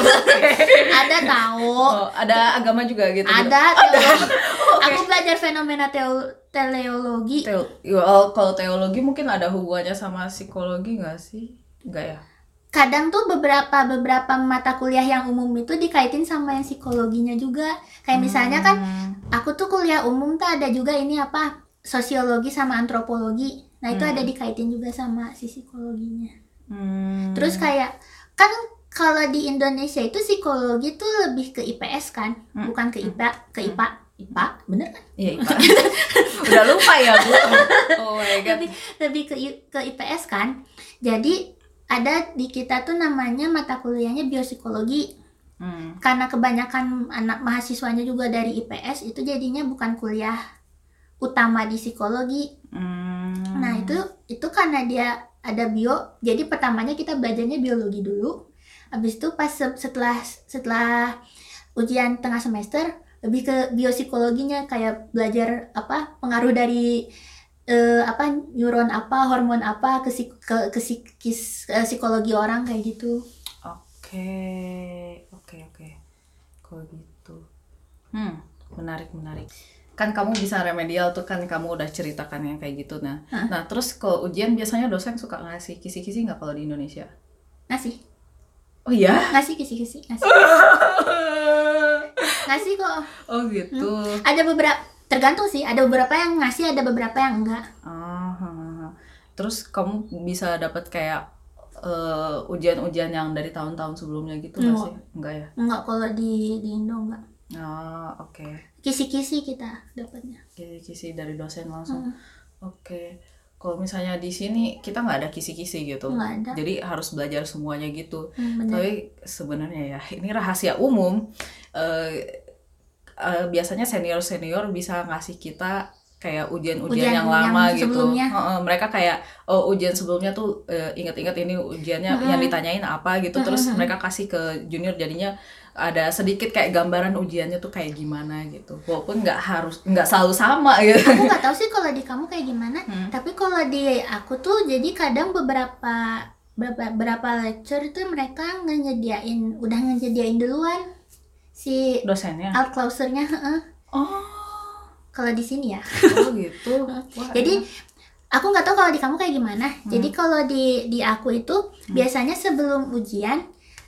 Ada tahu? oh, ada agama juga gitu. Ada teologi. Aku belajar fenomena teo- teleologi. Teo, ya, oh, kalau teologi mungkin ada hubungannya sama psikologi nggak sih? Nggak ya? Kadang tuh beberapa beberapa mata kuliah yang umum itu dikaitin sama yang psikologinya juga. Kayak misalnya kan Hmm. aku tuh kuliah umum tuh ada juga ini apa sosiologi sama antropologi. Nah itu Hmm. ada dikaitin juga sama si psikologinya. Hmm. Terus kayak kan kalau di Indonesia itu psikologi tuh lebih ke I P S kan, Hmm. bukan ke I P A, ke I P A, I P A, bener kan? Iya, I P A. Udah lupa ya, Bu. Oh my god. Lebih lebih ke I- ke I P S kan. Jadi ada di kita tuh namanya mata kuliahnya biopsikologi. Hmm. Karena kebanyakan anak mahasiswanya juga dari I P S itu jadinya bukan kuliah utama di psikologi. Hmm. Nah itu itu karena dia ada bio, jadi pertamanya kita belajarnya biologi dulu. Habis itu pas se- setelah setelah ujian tengah semester lebih ke biopsikologinya, kayak belajar apa pengaruh dari eh, apa neuron apa, hormon apa ke psik- ke, ke psikis eh, psikologi orang kayak gitu. Oke, oke, oke. Kalau gitu. Hmm, menarik, menarik. Kan kamu bisa remedial tuh, kan kamu udah ceritakan yang kayak gitu. Nah, Hah? nah terus kalau ujian biasanya dosen suka ngasih kisi-kisi nggak kalau di Indonesia? Ngasih, Oh iya? ngasih kisi-kisi, ngasih, ngasih kok. Oh gitu. Ada beberapa, tergantung sih. Ada beberapa yang ngasih, ada beberapa yang enggak. Ah, ha, ha, ha. Terus kamu bisa dapat kayak eh, ujian-ujian yang dari tahun-tahun sebelumnya gitu nggak Enggak. sih? Enggak ya? Enggak kalau di di Indo enggak. Ah, oke. Kisi-kisi kita dapatnya. Kisi-kisi dari dosen langsung. Hmm. Oke. Kalau misalnya di sini kita nggak ada kisi-kisi gitu. Nggak ada. Jadi harus belajar semuanya gitu. Hmm, bener. Tapi sebenarnya ya ini rahasia umum. Eh, eh, biasanya senior-senior bisa ngasih kita kayak ujian-ujian Ujian yang lama yang gitu. sebelumnya. Heeh, mereka kayak oh ujian sebelumnya tuh eh, ingat-ingat ini ujiannya Mm-mm. yang ditanyain apa gitu. Terus Mm-mm. mereka kasih ke junior, jadinya ada sedikit kayak gambaran ujiannya tuh kayak gimana gitu. Walaupun nggak harus nggak selalu sama gitu. Aku nggak tahu sih kalau di kamu kayak gimana. Hmm. Tapi kalau di aku tuh jadi kadang beberapa beberapa, beberapa lecture itu mereka nyediain, udah nyediain duluan si Dosennya. alt clausurnya. heeh. Oh, Kalau di sini ya. oh gitu. Wah, Jadi enak. aku nggak tahu kalau di kamu kayak gimana. Hmm. Jadi kalau di di aku itu biasanya sebelum ujian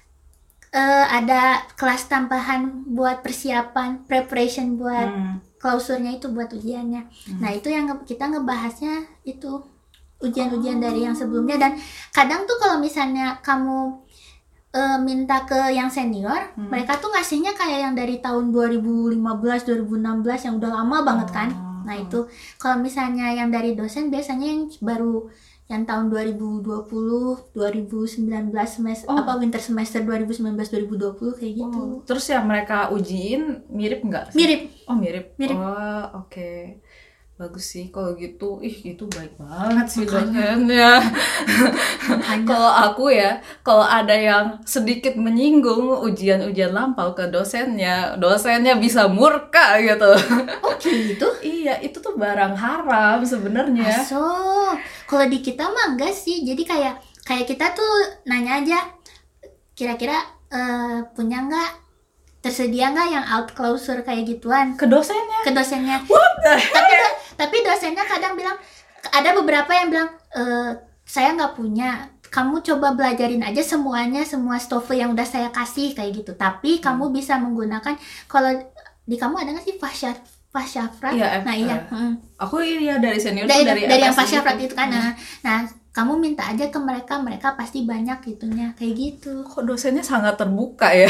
eh, ada kelas tambahan buat persiapan, preparation buat Hmm. klausurnya itu buat ujiannya. Nah itu yang nge- kita ngebahasnya itu ujian-ujian dari yang sebelumnya. Dan kadang tuh kalau misalnya kamu eh, minta ke yang senior, Hmm. mereka tuh ngasihnya kayak yang dari tahun dua ribu lima belas, dua ribu enam belas yang udah lama banget kan. Oh. Nah itu kalau misalnya yang dari dosen biasanya yang baru yang tahun dua ribu dua puluh, dua ribu sembilan belas semester Oh. apa winter semester dua ribu sembilan belas dua ribu dua puluh kayak gitu. Oh, terus yang mereka ujiin mirip nggak sih? Mirip. Oh mirip. Mirip. Oh oke. Bagus sih kalau gitu. Ih itu baik banget sih Makanya. dosennya. Makanya. Kalau aku ya, kalau ada yang sedikit menyinggung ujian-ujian lampau ke dosennya, dosennya bisa murka gitu. Oh gitu? Iya, itu tuh barang haram sebenarnya. Aso, kalau di kita mah enggak sih. Jadi kayak kayak kita tuh nanya aja, kira-kira eh, punya nggak, tersedia nggak yang alt clausur kayak gituan Ke dosennya. ke dosennya. What the Tapi do- tapi dosennya kadang bilang, ada beberapa yang bilang, e, saya nggak punya. Kamu coba belajarin aja semuanya, semua stove yang udah saya kasih kayak gitu. Tapi kamu bisa menggunakan, kalau di kamu ada nggak sih fascia Pasyafrat. Iya, Nah F- iya, eh. mm. Aku iya dari senior dari tuh dari dari yang F S I Pasyafrat gitu. itu kan. Nah, nah, kamu minta aja ke mereka, mereka pasti banyak gitunya, kayak gitu. Kok dosennya sangat terbuka ya?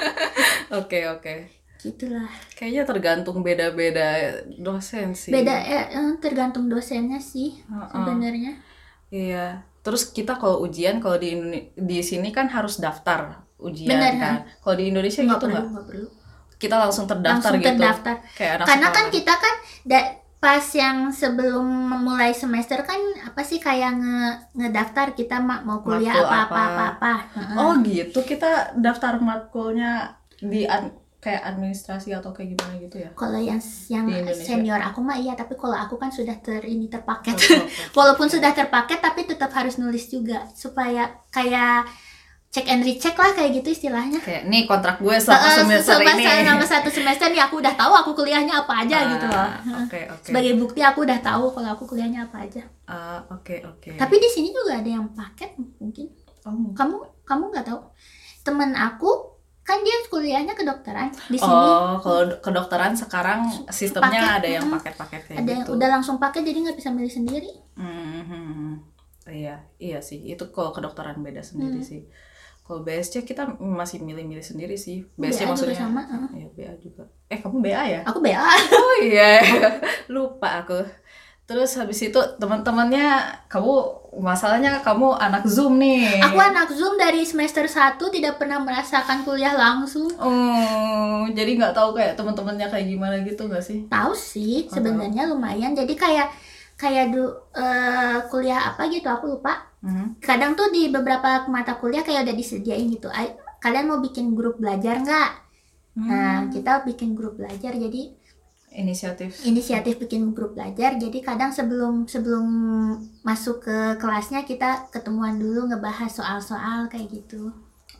Oke oke. Gitulah. Kayaknya tergantung beda-beda dosen sih. Beda eh, eh, tergantung dosennya sih Heeh. sebenarnya. Iya. Terus kita kalau ujian kalau di Indone- di sini kan harus daftar ujian Bener, kan. Kalau di Indonesia Nggak gitu perlu, nggak? nggak perlu. Kita langsung terdaftar Langsung gitu. terdaftar. Kayak anak Karena kan sekolah. kita kan da- pas yang sebelum memulai semester kan apa sih kayak nge ngedaftar kita ma- mau kuliah Matkul apa apa. apa apa apa. Heeh. Oh gitu, kita daftar matkulnya di an- kayak administrasi atau kayak gimana gitu ya? Kalau yang yang Di Indonesia. senior aku mah iya, tapi kalau aku kan sudah ter ini terpaket. Oke, oke. Walaupun sudah terpaket tapi tetap harus nulis juga supaya kayak check and recheck lah kayak gitu istilahnya. Kayak nih kontrak gue selama Heeh, semester selama- ini. selama satu semester nih aku udah tahu aku kuliahnya apa aja Ah, gitu loh. Oke oke. Sebagai bukti aku udah tahu kalau aku kuliahnya apa aja. Ah, oke oke. Tapi di sini juga ada yang paket mungkin. Oh. Kamu kamu nggak tahu? Temen aku kan dia kuliahnya kedokteran di sini. Oh, kalau kedokteran sekarang sistemnya Paket, ada yang mm. paket-paket kayak Ada yang gitu. udah langsung paket jadi nggak bisa milih sendiri. Hmm, iya, iya sih. Itu kalau kedokteran beda sendiri Hmm. sih. Kalau B S C kita masih milih-milih sendiri sih. B S C B A juga maksudnya. sama, uh. Iya, B A juga. Eh, kamu B A ya? Aku B A. Oh iya, lupa aku. Terus habis itu teman-temannya kamu masalahnya kamu anak Zoom nih. Aku anak Zoom dari semester satu tidak pernah merasakan kuliah langsung. Oh, jadi nggak tahu kayak teman-temannya kayak gimana gitu nggak sih? Tahu sih Oh, sebenarnya lumayan. Jadi kayak kayak du, eh, kuliah apa gitu aku lupa. Mhm. Kadang tuh di beberapa mata kuliah kayak udah disediain gitu. Ay, kalian mau bikin grup belajar nggak? Nah, Hmm. kita bikin grup belajar. Jadi Inisiatif. inisiatif bikin grup belajar. Jadi kadang sebelum sebelum masuk ke kelasnya kita ketemuan dulu ngebahas soal-soal kayak gitu.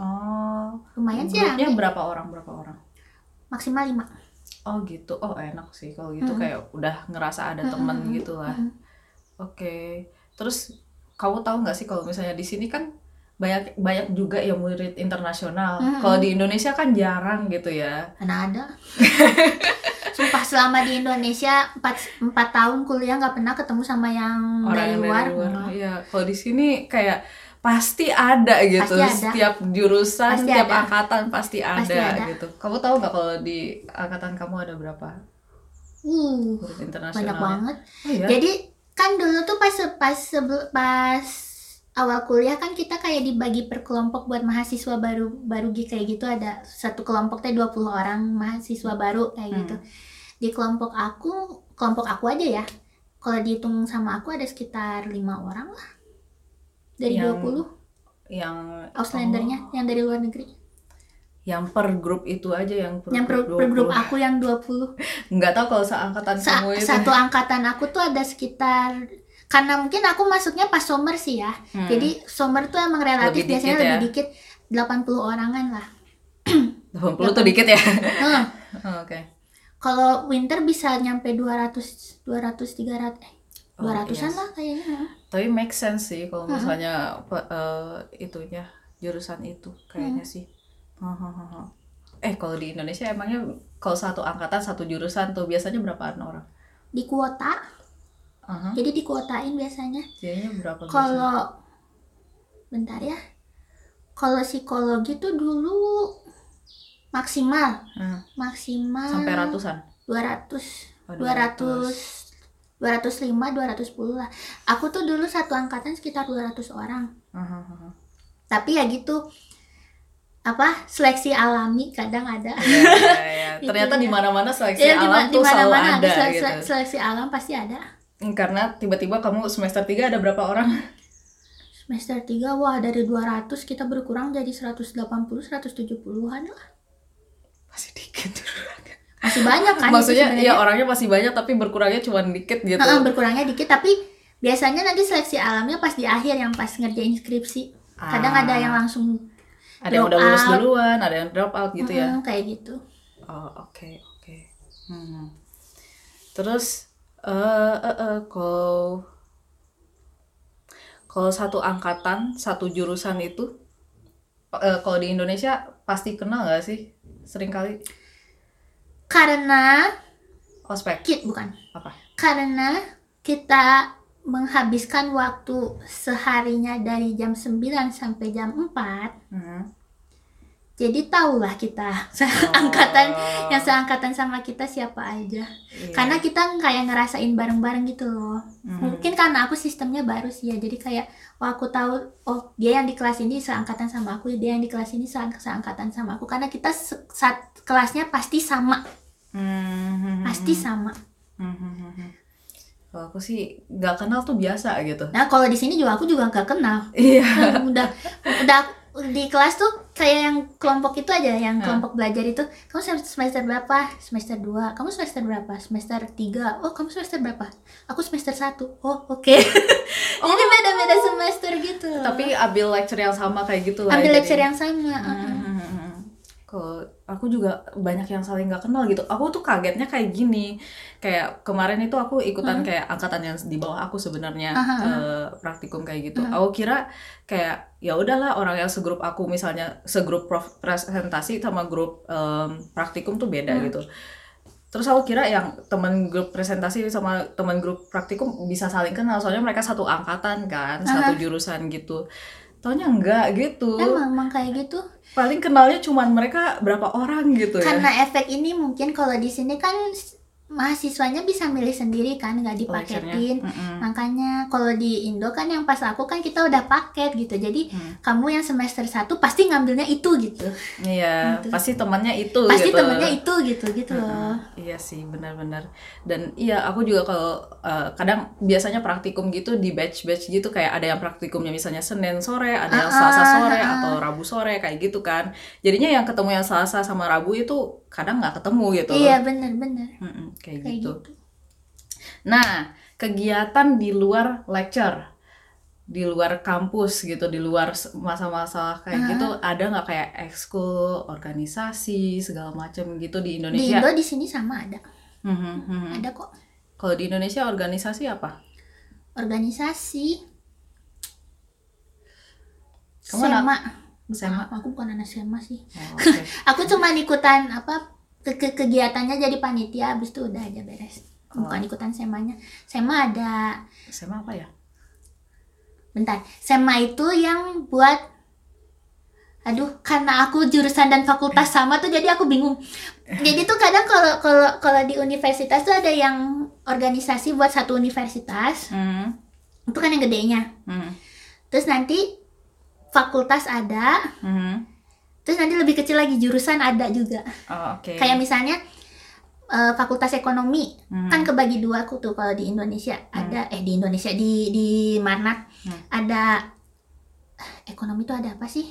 Oh, Lumayan sih grupnya rame. berapa orang? Berapa orang? Maksimal lima. Oh gitu. Oh enak sih kalau gitu Mm-mm. kayak udah ngerasa ada Mm-mm, teman mm-mm, gitu lah. mm-mm. Oke. Terus kamu tahu nggak sih kalau misalnya di sini kan banyak banyak juga yang murid internasional. Mm-mm. Kalau di Indonesia kan jarang gitu ya. Mana ada. Sumpah selama di Indonesia empat, empat tahun kuliah nggak pernah ketemu sama yang Orang dari yang luar. dari luar. Enggak. Iya. Kalau di sini kayak pasti ada gitu. Pasti ada. Setiap jurusan, Pasti setiap ada. angkatan pasti ada, Pasti ada. gitu. Kamu tahu nggak kalau di angkatan kamu ada berapa Uh, murid internasional? banyak banget. Oh iya. Jadi kan dulu tuh pas pas sebel- pas awal kuliah kan kita kayak dibagi per kelompok buat mahasiswa baru baru gitu kayak gitu, ada satu kelompok teh dua puluh orang mahasiswa baru kayak Hmm. gitu. Di kelompok aku, kelompok aku aja ya. Kalau dihitung sama aku ada sekitar lima orang lah. Dari Yang- dua puluh yang Auslandernya oh, yang dari luar negeri. yang per grup itu aja yang per Yang per, grup per grup dua puluh. aku yang dua puluh. Nggak tahu kalau seangkatan Sa- kamu itu. satu angkatan aku tuh ada sekitar, karena mungkin aku masuknya pas summer sih ya. Hmm. Jadi summer tuh emang relatif Lebih biasanya dikit ya? lebih dikit, delapan puluh orangan lah. delapan puluh tuh dikit ya. Heeh. Oh, oke. Kalau winter bisa nyampe dua ratus, dua ratus, tiga ratus, eh Oh, dua ratusan yes. lah kayaknya. Tapi make sense sih kalau Mm-mm. misalnya pe- eh, itunya jurusan itu kayaknya Hmm. sih. Hahaha. Eh kalau di Indonesia emangnya kalau satu angkatan satu jurusan tuh biasanya berapaan orang? Di kuota, Aha. jadi dikuotain biasanya. Jadinya berapa biasanya? Kalau bentar ya. Kalau psikologi tuh dulu maksimal, Hmm, maksimal sampai ratusan. dua ratus, Oh, dua ratus, dua ratus lima, dua ratus sepuluh lah. Aku tuh dulu satu angkatan sekitar dua ratus orang. Hahaha. Tapi ya gitu, apa seleksi alami kadang ada. Ya, ya, ya. Itu Ternyata ya. di mana-mana seleksi Ya, di alam ma- tuh di selalu mana-mana ada sele- gitu. sele- seleksi alam pasti ada. Hmm, Karena tiba-tiba kamu semester tiga ada berapa orang? Semester tiga, wah dari dua ratus kita berkurang jadi seratus delapan puluh, seratus tujuh puluhan lah. Masih dikit. Masih banyak kan? Maksudnya itu ya sebenarnya. orangnya masih banyak tapi berkurangnya cuma dikit gitu. Heeh, berkurangnya dikit, tapi biasanya nanti seleksi alamnya pas di akhir yang pas ngerjain skripsi. Kadang Ah. ada yang langsung Ada yang drop udah lulus out. duluan, ada yang drop out gitu ya. mm, kayak gitu. Oh, oke, oke. Hmm. Terus eh eh eh, kalau kalau satu angkatan, satu jurusan itu eh, kalau di Indonesia pasti kenal nggak sih? Sering kali. Karena Ospek Kit bukan. apa? Karena kita menghabiskan waktu seharinya dari jam sembilan sampai jam empat. Hmm. Jadi tahulah kita seangkatan yang seangkatan sama kita siapa aja. Iya. Karena kita kayak ngerasain bareng-bareng gitu loh. Mhm. Mungkin karena aku sistemnya baru sih ya. Jadi kayak oh aku tahu oh dia yang di kelas ini seangkatan sama aku, dia yang di kelas ini seang- seangkatan sama aku. Karena kita se- saat kelasnya pasti sama. Hmm. Pasti sama. Hmm. Kalau aku sih nggak kenal tuh biasa gitu. Nah, kalau di sini juga aku juga nggak kenal. Iya. udah udah di kelas tuh kayak yang kelompok itu aja, yang Hmm. kelompok belajar itu, kamu sem- semester berapa? Semester dua. Kamu semester berapa? Semester tiga. Oh, kamu semester berapa? Aku semester satu. Oh, oke. Jadi beda-beda semester gitu loh. Tapi ambil lecture yang sama kayak gitu lah. ambil ya, lecture jadi- yang sama. uh-uh. Hmm. Kalau aku juga banyak yang saling nggak kenal gitu. Aku tuh kagetnya kayak gini. Kayak kemarin itu aku ikutan kayak angkatan yang di bawah aku sebenarnya eh, praktikum kayak gitu. Aku kira kayak ya udahlah orang yang segrup aku misalnya segrup prof- presentasi sama grup em, praktikum tuh beda gitu. Terus aku kira yang teman grup presentasi sama teman grup praktikum bisa saling kenal soalnya mereka satu angkatan kan, satu jurusan gitu. Taunya enggak gitu. Emang, emang kayak gitu. Paling kenalnya cuman mereka berapa orang gitu ya. Karena efek ini mungkin kalau di sini kan mahasiswanya bisa milih sendiri kan, nggak dipaketin. Mm-mm. Makanya kalau di Indo kan yang pas aku kan kita udah paket gitu. Jadi Hmm. kamu yang semester satu pasti ngambilnya itu gitu. Iya, Gitu. pasti temannya itu Pasti gitu. temennya itu gitu gitu loh. Heeh, iya sih, benar-benar. Dan iya, aku juga kalau uh, kadang biasanya praktikum gitu di batch-batch gitu kayak ada yang praktikumnya misalnya Senin sore, ada yang Ah, Selasa ah, sore ah. atau Rabu sore kayak gitu kan. Jadinya yang ketemu yang Selasa sama Rabu itu kadang nggak ketemu gitu. Iya bener-bener Mm-mm, kayak, kayak gitu. gitu. Nah, kegiatan di luar lecture, di luar kampus gitu, di luar s- masa-masa kayak gitu, ada nggak kayak ekskul, organisasi, segala macam gitu di Di Indonesia? Indo di sini sama ada, Mhm, mhm. ada kok Kalau di Indonesia organisasi apa? organisasi. Kamu anak- Sema. Sema? Ah, aku bukan anak Sema sih. Oh, oke. Aku cuma ikutan apa ke, ke kegiatannya jadi panitia, habis itu udah aja beres. Bukan ikutan semanya. Sema ada, Sema apa ya? bentar. Sema itu yang buat, aduh, karena aku jurusan dan fakultas sama tuh jadi aku bingung. Jadi tuh kadang kalau kalau kalau di universitas tuh ada yang organisasi buat satu universitas, Hmm, itu kan yang gedenya. hmm, Terus nanti fakultas ada, hmm. terus nanti lebih kecil lagi jurusan ada juga. Oh, oke. Kayak misalnya eh, fakultas ekonomi Hmm. kan kebagi dua aku tuh kalau di Indonesia ada eh di Indonesia di di Marnat Hmm. ada ekonomi tuh ada apa sih?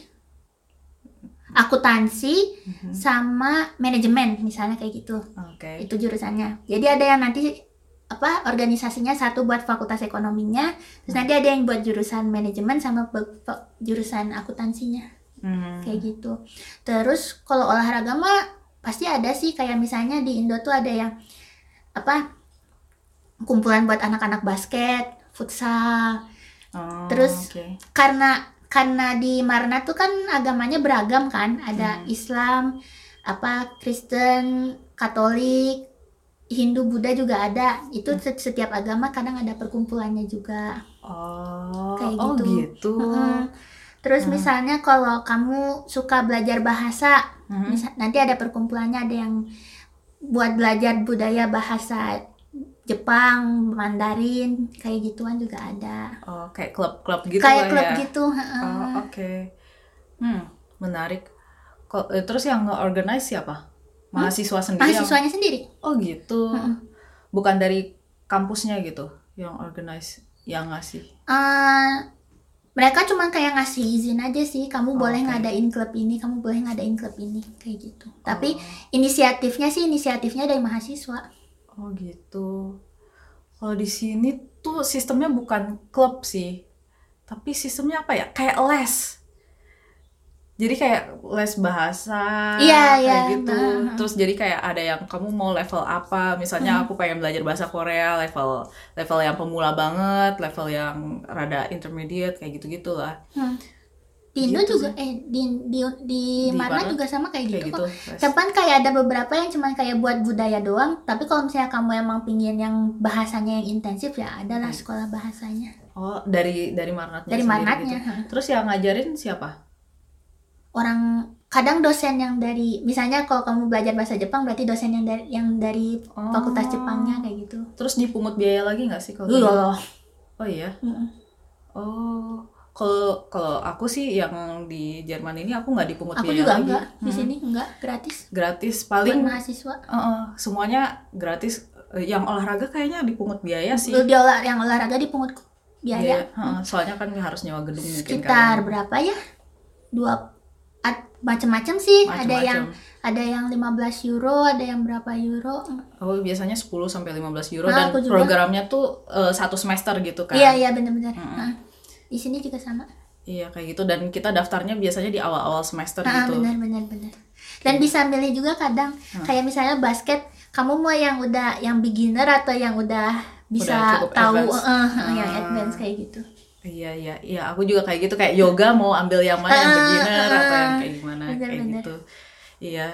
Akuntansi sama manajemen misalnya kayak gitu. Oke. Itu jurusannya. Jadi ada yang nanti apa organisasinya satu buat fakultas ekonominya, terus nanti ada yang buat jurusan manajemen sama be- be- jurusan akuntansinya. Hmm. Kayak gitu. Terus kalau olahraga mah pasti ada sih, kayak misalnya di Indo tuh ada yang apa kumpulan buat anak-anak basket, futsal. Oh, Terus oke. karena karena di Marna tuh kan agamanya beragam kan, ada Islam, apa Kristen, Katolik, Hindu, Buddha juga ada. Itu set- setiap agama kadang ada perkumpulannya juga. Oh, Kayak oh gitu. gitu. Mm-mm. Terus misalnya kalau kamu suka belajar bahasa, Mhm. misal, nanti ada perkumpulannya, ada yang buat belajar budaya bahasa Jepang, Mandarin, kayak gituan juga ada. Oh, kayak klub-klub gitu Kayak lah klub ya. gitu. heeh. Oh, oke. Hmm, menarik. Kok eh, terus yang nge-organize siapa? Mahasiswa sendiri yang- Mahasiswanya sendiri. Oh, gitu. Bukan dari kampusnya gitu yang organize, yang ngasih. Eh, mereka cuma kayak ngasih izin aja sih, kamu Oh, boleh oke. ngadain klub ini, kamu boleh ngadain klub ini, kayak gitu. Tapi inisiatifnya sih inisiatifnya dari mahasiswa. Oh, gitu. Kalau di sini tuh sistemnya bukan klub sih. Tapi sistemnya apa ya? Kayak les. Jadi kayak les bahasa Iya, kayak iya. gitu. Nah, Terus jadi kayak ada yang kamu mau level apa? Misalnya aku pengen belajar bahasa Korea, level level yang pemula banget, level yang rada intermediate kayak gitu-gitu lah. Hmm. di Indo Gitu juga sih. eh di di di, Di mana mana? juga sama kayak gitu Kayak kok. gitu. Wes. Cuman kayak ada beberapa yang cuman kayak buat budaya doang. Tapi kalau misalnya kamu emang pingin yang bahasanya yang intensif ya adalah Hmm. sekolah bahasanya. Oh, dari dari Marnatnya Dari sendiri Marnatnya, gitu. ha. Terus yang ngajarin siapa? Orang kadang dosen yang dari misalnya kalau kamu belajar bahasa Jepang berarti dosen yang dari yang dari Oh. fakultas Jepangnya kayak gitu. Terus dipungut biaya lagi nggak sih kalau Iya gitu? loh. Oh iya. Mm-mm. Oh, kalau kalau aku sih yang di Jerman ini aku nggak dipungut Aku biaya juga lagi. enggak di Hmm. sini enggak gratis Gratis buat paling mahasiswa. eh, eh, semuanya gratis. Eh, Yang olahraga kayaknya dipungut biaya sih. Dia olah, yang olahraga dipungut biaya. Biaya, heeh, soalnya kan harus nyewa gedung mungkin Sekitar kan. berapa ya? Dua at- macam-macam sih. Ada Macem-macem. yang ada yang lima belas euro, ada yang berapa euro. Oh, biasanya sepuluh sampai lima belas euro Ah, dan aku juga. programnya tuh eh, satu semester gitu kan. Iya, iya benar-benar. Nah, di sini juga sama. Iya, kayak gitu, dan kita daftarnya biasanya di awal-awal semester Ah, gitu. benar benar benar. Dan bisa milih juga kadang kayak misalnya basket, kamu mau yang udah yang beginner atau yang udah bisa cukup tahu advance. eh, eh, yang Ah. advance kayak gitu. Iya, iya, iya, aku juga kayak gitu, kayak yoga mau ambil yang mana, yang Ah, beginner ah, atau yang kayak gimana, bener, kayak bener. gitu. Iya.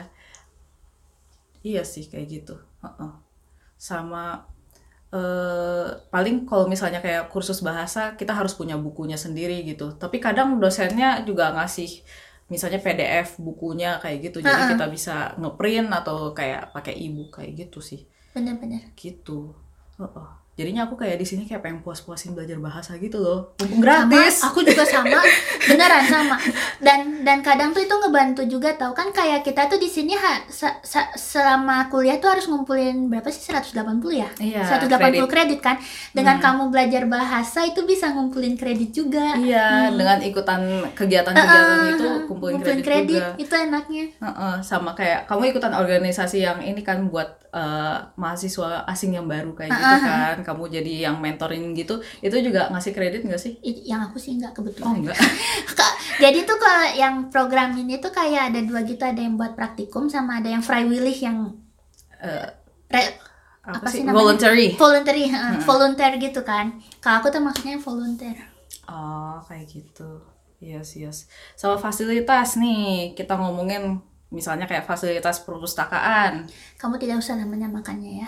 Iya sih kayak gitu. Heeh. Sama eh paling kalau misalnya kayak kursus bahasa kita harus punya bukunya sendiri gitu. Tapi kadang dosennya juga ngasih misalnya P D F bukunya kayak gitu. Jadi kita bisa ngeprint atau kayak pakai e-book kayak gitu sih. Benar-benar. Gitu. Heeh. Jadinya aku kayak di sini kayak pengen puas-puasin belajar bahasa gitu loh. Mumpung gratis. Sama, aku juga sama, beneran sama. Dan dan kadang tuh itu ngebantu juga tau kan kayak kita tuh di sini ha, sa- sa- selama kuliah tuh harus ngumpulin berapa sih seratus delapan puluh ya? Iya, seratus delapan puluh kredit kan. Dengan kamu belajar bahasa itu bisa ngumpulin kredit juga. Iya, dengan ikutan kegiatan-kegiatan itu kumpulin, Ngumpulin kredit, juga. itu enaknya. Heeh, sama kayak kamu ikutan organisasi yang ini kan buat eh, mahasiswa asing yang baru kayak gitu kan. Kamu jadi yang mentoring gitu, itu juga ngasih kredit nggak sih? I- Yang aku sih enggak Oh kebetulan. enggak. Ka- Jadi tuh kalau yang program ini tuh kayak ada dua gitu, ada yang buat praktikum sama ada yang free willy yang Eh, re- apa, Apa sih? sih namanya? Voluntary. voluntary, heeh, volunteer gitu kan. Kalau aku tuh maksudnya yang volunteer. Oh, kayak gitu. Yes, yes. Sama fasilitas nih, kita ngomongin misalnya kayak fasilitas perpustakaan. Kamu tidak usah namanya makannya ya.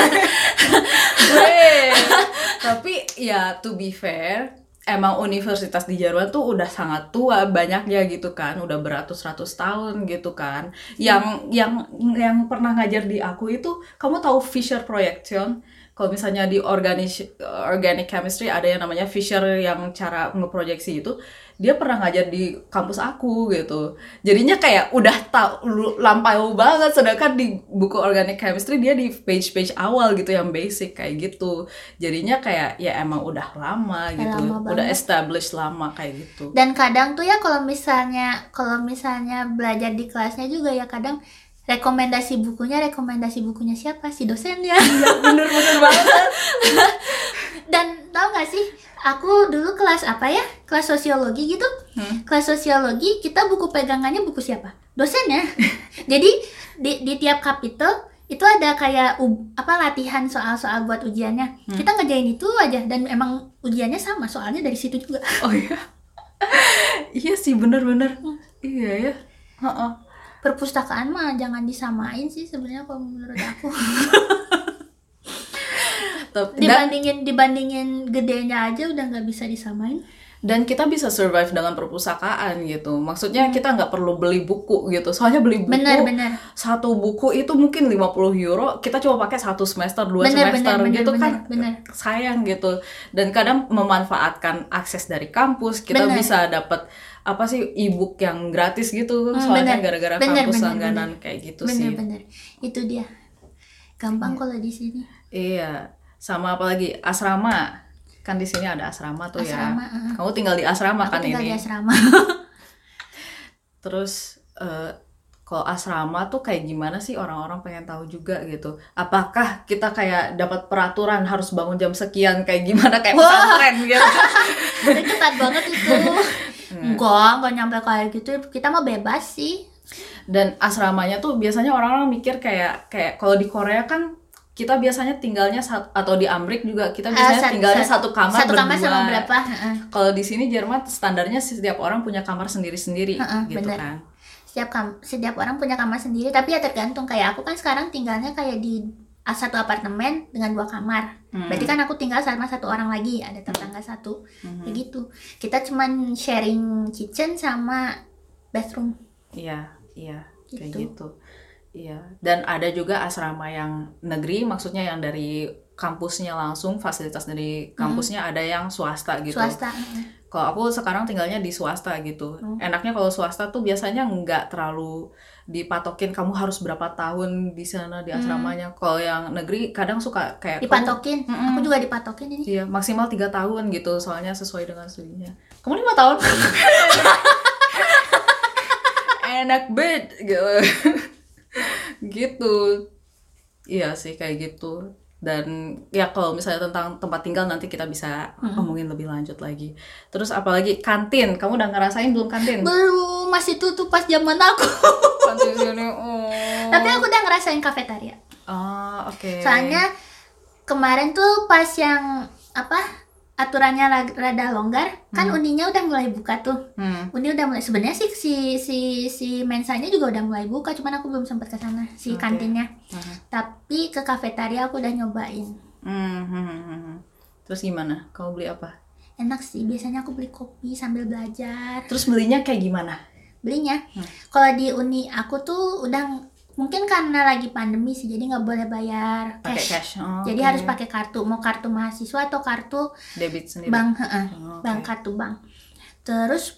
Weh. Tapi ya to be fair, emang universitas di Jerman tuh udah sangat tua banyaknya gitu kan, udah beratus-ratus tahun gitu kan. Yang yang yang pernah ngajar di aku itu, kamu tahu Fisher Projection? Kalau misalnya di organic organic chemistry ada yang namanya Fisher yang cara ngeproyeksi itu, dia pernah ngajar di kampus aku gitu. Jadinya kayak udah tahu lampau banget, sedangkan di buku organic chemistry dia di page-page awal gitu yang basic kayak gitu. Jadinya kayak ya emang udah lama gitu. lama Udah banget. established lama kayak gitu. Dan kadang tuh ya kalau misalnya kalau misalnya belajar di kelasnya juga ya kadang rekomendasi bukunya rekomendasi bukunya siapa, si dosennya. Bener-bener banget. Dan tau gak sih, aku dulu kelas apa ya, kelas sosiologi gitu. Hmm. Kelas sosiologi kita buku pegangannya buku siapa, dosennya. Jadi di, di tiap kapitol itu ada kayak u- apa latihan soal-soal buat ujiannya. Hmm. Kita ngerjain itu aja dan emang ujiannya sama, soalnya dari situ juga. Oh iya. Iya sih, bener-bener. Iya ya. Heeh. Perpustakaan mah jangan disamain sih sebenarnya kalau menurut aku. Tapi- Dan, dibandingin dibandingin gedenya aja udah nggak bisa disamain. dan kita bisa survive dengan perpustakaan gitu. Maksudnya kita nggak perlu beli buku gitu. Soalnya beli buku, Benar-benar. satu buku itu mungkin lima puluh euro, kita cuma pakai satu semester, dua Benar, semester benar, gitu benar, kan. benar. Sayang gitu. Dan kadang memanfaatkan akses dari kampus, kita Benar. bisa dapat apa sih e-book yang gratis gitu. Hmm, Soalnya benar. gara-gara Benar, kampus benar, langganan benar. kayak gitu sih. Bener-bener itu dia. Gampang kalau di sini. Iya, sama apalagi asrama. Kan di sini ada asrama tuh Asrama, ya. uh-uh. Kamu tinggal di asrama Aku kan tinggal ini. di asrama. Terus eh, kalau asrama tuh kayak gimana sih, orang-orang pengen tahu juga gitu. Apakah kita kayak dapat peraturan harus bangun jam sekian kayak gimana kayak Wah. pesantren gitu. Itu ketat banget itu. Enggak, enggak nyampe kayak gitu. Kita mah bebas sih. Dan asramanya tuh biasanya orang-orang mikir kayak kayak kalau di Korea kan kita biasanya tinggalnya sat- atau di Amrik juga kita Ah, biasanya sat- tinggalnya sat- satu kamar satu kamar berdua. sama berapa? Heeh. Kalau di sini Jerman standarnya setiap orang punya kamar sendiri-sendiri Heeh, gitu bener. kan. Setiap kam- setiap orang punya kamar sendiri, tapi ya tergantung. Kayak aku kan sekarang tinggalnya kayak di a- satu apartemen dengan dua kamar. Hmm. Berarti kan aku tinggal sama satu orang lagi, ada tetangga satu. Mhm. Kayak gitu. Kita cuman sharing kitchen sama bathroom. Iya, iya, kayak Gitu. gitu. Iya, dan ada juga asrama yang negeri, maksudnya yang dari kampusnya langsung, fasilitas dari kampusnya, ada yang swasta gitu. Swasta. heeh. Kalau aku sekarang tinggalnya di swasta gitu. Hmm. Enaknya kalau swasta tuh biasanya nggak terlalu dipatokin kamu harus berapa tahun di sana di asramanya. Kalau yang negeri kadang suka kayak kamu- Dipatokin. Mm-mm. Aku juga dipatokin ini. Iya, maksimal tiga tahun gitu, soalnya sesuai dengan studinya. Kamu lima tahun? Enak banget gitu. Gitu. Iya sih kayak gitu. Dan ya kalau misalnya tentang tempat tinggal nanti kita bisa ngomongin lebih lanjut lagi. Terus apalagi kantin, kamu udah ngerasain belum kantin? Belum, masih tutup pas zaman aku. Kantin sini. Oh. Tapi aku udah ngerasain kafetaria. Oh, oke. Soalnya kemarin tuh pas yang apa aturannya lag- rada longgar, kan Uninya udah mulai buka tuh. Hmm. Uni udah mulai, sebenarnya sih si si si mensanya juga udah mulai buka, cuman aku belum sempat ke sana si Oke. kantinnya. Mhm. Tapi ke kafetaria aku udah nyobain. Hmm, hmm, hmm, hmm. Terus gimana? Kamu beli apa? Enak sih, biasanya aku beli kopi sambil belajar. Terus belinya kayak gimana? Belinya. Hmm. Kalau di Uni aku tuh udah, mungkin karena lagi pandemi sih, jadi nggak boleh bayar Pakai cash. cash. Oh, Jadi oke. harus pakai kartu, mau kartu mahasiswa atau kartu debit sendiri. bank, heeh. Oh, oke. bank kartu bank. Terus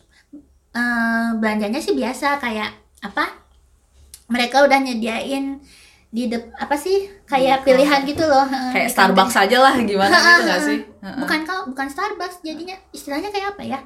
eh, belanjanya sih biasa kayak apa? Mereka udah nyediain di dep- apa sih kayak Di pilihan gitu loh. heeh, Kayak di Starbucks kantin. aja lah gimana gitu nggak sih? Heeh. Bukan kau, bukan Starbucks jadinya, istilahnya kayak apa ya?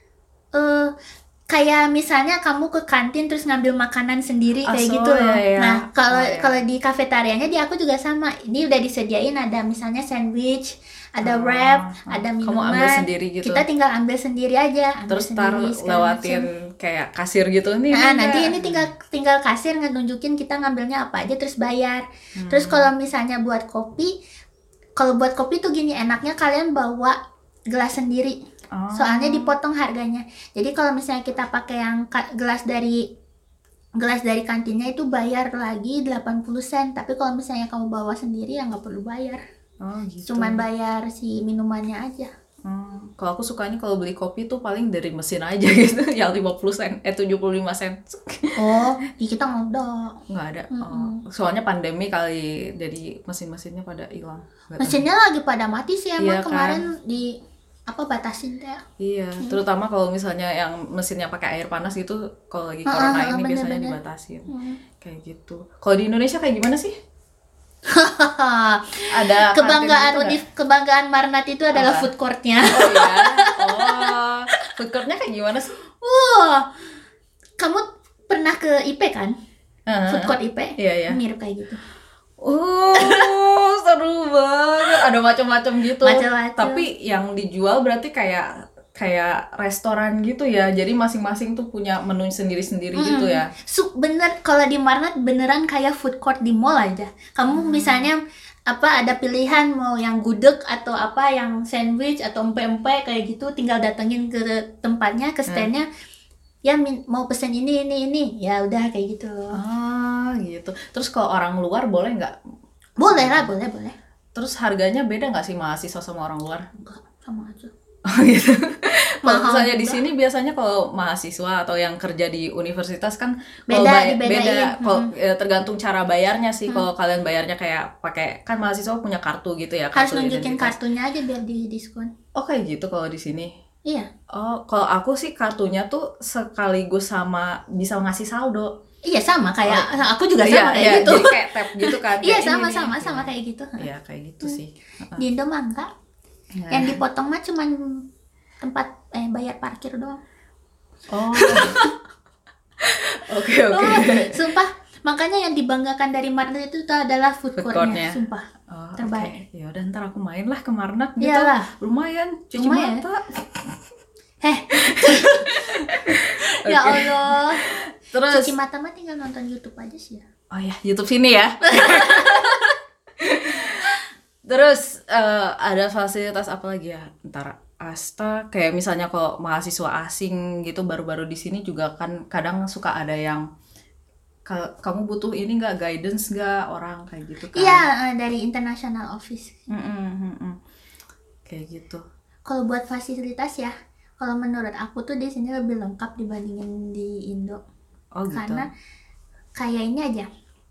Eh kayak misalnya kamu ke kantin terus ngambil makanan sendiri Ah, kayak so, gitu loh. ya, ya. Nah, kalau Oh, ya. kalau di kafetarianya di aku juga sama. Ini udah disediain, ada misalnya sandwich, ada Oh, wrap, oh. ada Kamu minuman. ambil sendiri gitu? Kita tinggal ambil sendiri aja. Ambil Terus tar sendiri, segala lewatin macem. kayak kasir gitu nih. Nah, nih, nanti Mbak. ini tinggal tinggal kasir nunjukin kita ngambilnya apa aja terus bayar. Hmm. Terus kalau misalnya buat kopi, kalau buat kopi tuh gini, enaknya kalian bawa gelas sendiri. Oh. Soalnya dipotong harganya. Jadi kalau misalnya kita pakai yang ka- gelas dari gelas dari kantinnya itu bayar lagi delapan puluh sen. Tapi kalau misalnya kamu bawa sendiri ya nggak perlu bayar. Oh, gitu. Cuman bayar si minumannya aja. Hmm. Kalau aku sukanya kalau beli kopi tuh paling dari mesin aja gitu, yang lima puluh sen, eh tujuh puluh lima sen. Oh, di kita nggak ada. Nggak ada. Oh. Mm-mm. Soalnya pandemi kali, jadi mesin-mesinnya pada hilang. Nggak tahu. Mesinnya lagi pada mati sih emang Iya kan? kemarin di apa batasin teh. Iya, terutama kalau misalnya yang mesinnya pakai air panas gitu, kalau lagi Ah, corona ah, ah, ini biasanya bener-bener. dibatasin. Hmm. Kayak gitu. Kalau di Indonesia kayak gimana sih? Ada kebanggaan kantin gitu Unif, kebanggaan Marnat itu adalah Apa? food courtnya. nggak? Oh iya. Oh, food courtnya kayak gimana sih? Wah, kamu pernah ke I P kan? Uh, Food court I P? Iya, iya. Mirip kayak gitu. Oh, seru banget. Ada macam-macam gitu. Macam-macam. Tapi yang dijual berarti kayak kayak restoran gitu ya. Jadi masing-masing tuh punya menu sendiri-sendiri gitu ya. Su bener, kalau di Marnat beneran kayak food court di mall aja. Kamu misalnya apa ada pilihan mau yang gudeg atau apa yang sandwich atau empe-empe kayak gitu, tinggal datengin ke tempatnya, ke standnya. Ya min- mau pesen ini ini ini, ya udah kayak gitu. Ah, gitu. Terus kalau orang luar boleh nggak? Boleh lah, boleh boleh. Terus harganya beda nggak sih mahasiswa sama orang luar? Enggak, sama aja. Oh gitu. Kalau Mahal misalnya di juga. sini biasanya kalau mahasiswa atau yang kerja di universitas kan Beda, kalau bay- dibedain. beda. Kalau Hmm. eh, tergantung cara bayarnya sih. Kalau kalian bayarnya kayak pakai, kan mahasiswa punya kartu gitu ya. Harus kartu nunjukin identitas. kartunya aja biar di diskon. Oh kayak gitu kalau di sini. Iya. Oh, kalau aku sih kartunya tuh sekaligus sama bisa ngasih saldo. Iya sama kayak aku juga Iya, sama kayak iya, gitu. jadi kayak tap gitu kan. Iya Kayak sama ini sama nih. sama Iya. kayak gitu. Iya, kayak gitu sih. Heeh. Di Indo mah enggak. Nah. Yang dipotong mah cuman tempat eh bayar parkir doang. Oh. Oke, oke. Oh, sumpah, makanya yang dibanggakan dari Marnat itu tuh adalah food Food courtnya, courtnya. sumpah. Oh, Terbaik. oke. Ya udah ntar aku main lah ke Marnat gitu. Iyalah. Lumayan cuci Lumayan. mata. Heh. Ya Oke. Allah. Terus Cuci mata mah tinggal nonton YouTube aja sih ya. oh ya, YouTube sini ya. Terus eh, ada fasilitas apa lagi ya? Ntar Asta kayak misalnya kalau mahasiswa asing gitu baru-baru di sini juga kan kadang suka ada yang "Ka- kamu butuh ini nggak guidance nggak orang kayak gitu kan?" Iya, eh, dari international office. Mm-mm, mm-mm. Kayak gitu. Kalau buat fasilitas ya, kalau menurut aku tuh di sini lebih lengkap dibandingin di Indo. Oh gitu. Karena kayak ini aja.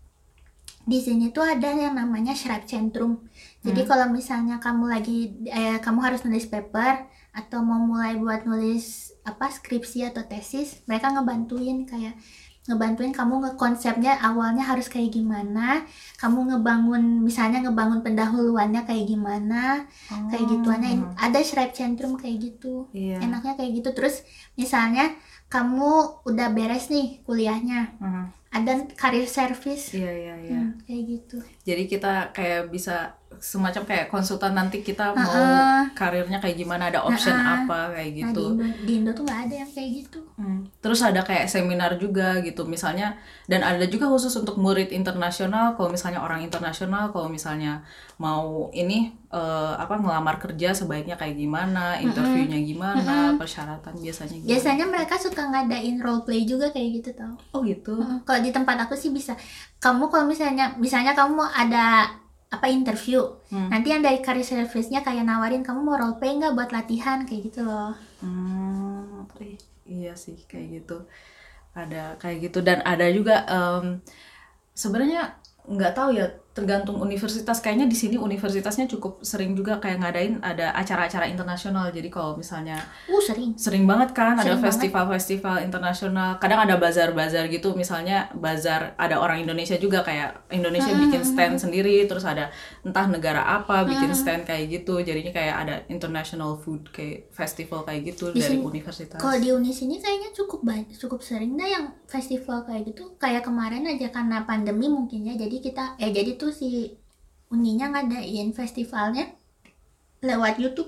Di sini tuh ada yang namanya Schreibzentrum. Jadi kalau misalnya kamu lagi eh, kamu harus nulis paper atau mau mulai buat nulis apa skripsi atau tesis, mereka ngebantuin kayak ngebantuin kamu ngekonsepnya awalnya harus kayak gimana, kamu ngebangun misalnya ngebangun pendahuluannya kayak gimana, kayak gituannya. Ada Schreibzentrum kayak gitu. Iya. Enaknya kayak gitu. Terus misalnya kamu udah beres nih kuliahnya, Mhm. ada career service. Iya iya iya. Hmm, kayak gitu. Jadi kita kayak bisa semacam kayak konsultan nanti kita mau Uh-uh. karirnya kayak gimana, ada option Uh-uh. apa kayak Nah di gitu. Indo, di Indo tuh nggak ada yang kayak gitu. Hmm. Terus ada kayak seminar juga gitu misalnya, dan ada juga khusus untuk murid internasional. Kalau misalnya orang internasional, kalau misalnya mau ini eh, apa ngelamar kerja sebaiknya kayak gimana, interviewnya gimana, persyaratan biasanya gimana. Biasanya mereka suka ngadain role play juga kayak gitu tau. Oh gitu. Hmm, Kalau di tempat aku sih bisa. Kamu kalau misalnya misalnya kamu mau ada apa interview, nanti yang dari career service-nya kayak nawarin kamu mau role play nggak buat latihan kayak gitu loh. Hmm, ih, iya sih kayak gitu. Ada kayak gitu dan ada juga em, sebenarnya nggak tahu ya, tergantung universitas. Kayaknya di sini universitasnya cukup sering juga kayak ngadain ada acara-acara internasional. Jadi kalau misalnya Uh sering. sering banget kan ada Sering banget. festival-festival internasional. Kadang ada bazar-bazar gitu, misalnya bazar ada orang Indonesia juga, kayak Indonesia bikin stand sendiri, terus ada entah negara apa bikin stand kayak gitu. Jadinya kayak ada international food kayak festival kayak gitu Di dari sini- universitas. Kalau di Uni sini kayaknya cukup banyak, cukup sering dah yang festival kayak gitu. Kayak kemarin aja karena pandemi mungkin ya. Jadi kita eh jadi tuh si Uninya ngadain festivalnya lewat YouTube.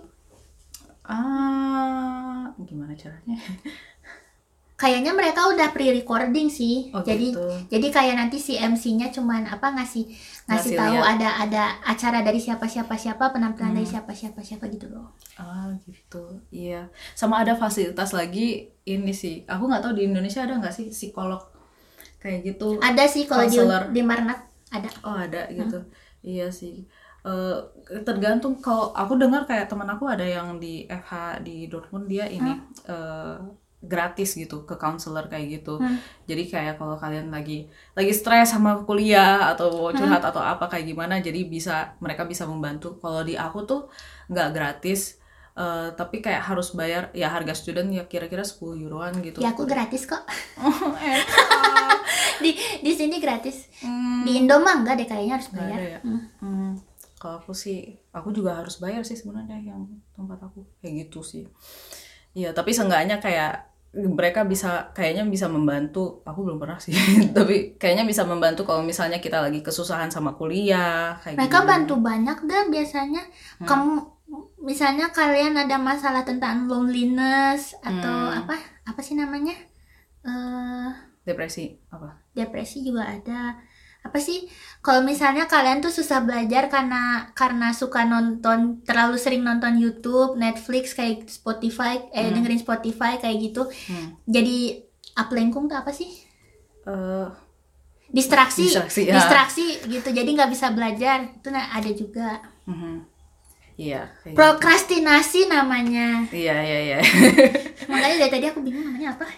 Ah, gimana caranya? Kayaknya mereka udah pre-recording sih. Oh, jadi gitu. jadi kayak nanti si M C-nya cuman apa ngasih ngasih Ngasih tahu lihat. ada ada acara dari siapa siapa siapa, penampilan Hmm. dari siapa siapa siapa gitu loh. Ah gitu, iya. Sama ada fasilitas lagi ini sih. Aku nggak tahu di Indonesia ada nggak sih psikolog kayak gitu. Ada sih kalau di Counselor. di Marnat ada. Oh ada gitu. Iya sih. Eh, tergantung. Kalau aku dengar kayak teman aku ada yang di F H di Dortmund, dia ini eh, gratis gitu ke counselor kayak gitu. Jadi kayak kalau kalian lagi lagi stres sama kuliah atau curhat atau apa kayak gimana, jadi bisa mereka bisa membantu. Kalau di aku tuh nggak gratis. eh, tapi kayak harus bayar ya, harga student ya kira-kira sepuluh euroan gitu. Ya aku gratis kok. Oh, enak. di di sini gratis. Di Indo mah enggak deh, kayaknya harus Nggak bayar. ada ya? Hmm. Hmm, kalau aku sih, aku juga harus bayar sih sebenarnya yang tempat aku kayak gitu sih. Iya, tapi seenggaknya kayak mereka bisa kayaknya bisa membantu. Aku belum pernah sih, tapi kayaknya bisa membantu kalau misalnya kita lagi kesusahan sama kuliah kayak Mereka gitu. bantu banyak dah biasanya. Kamu misalnya kalian ada masalah tentang loneliness atau apa apa sih namanya? Eh Depresi apa? depresi juga ada. Apa sih kalau misalnya kalian tuh susah belajar karena karena suka nonton terlalu sering nonton YouTube, Netflix kayak Spotify, eh dengerin Spotify kayak gitu. Hmm. Jadi Ablenkung tuh apa sih? Eh, Distraksi, Distraksi, ya. distraksi gitu. Jadi nggak bisa belajar. Itu nah, ada juga. mhm. Iya. kayak gitu. Prokrastinasi namanya. Iya iya iya. Makanya dari tadi aku bingung namanya apa.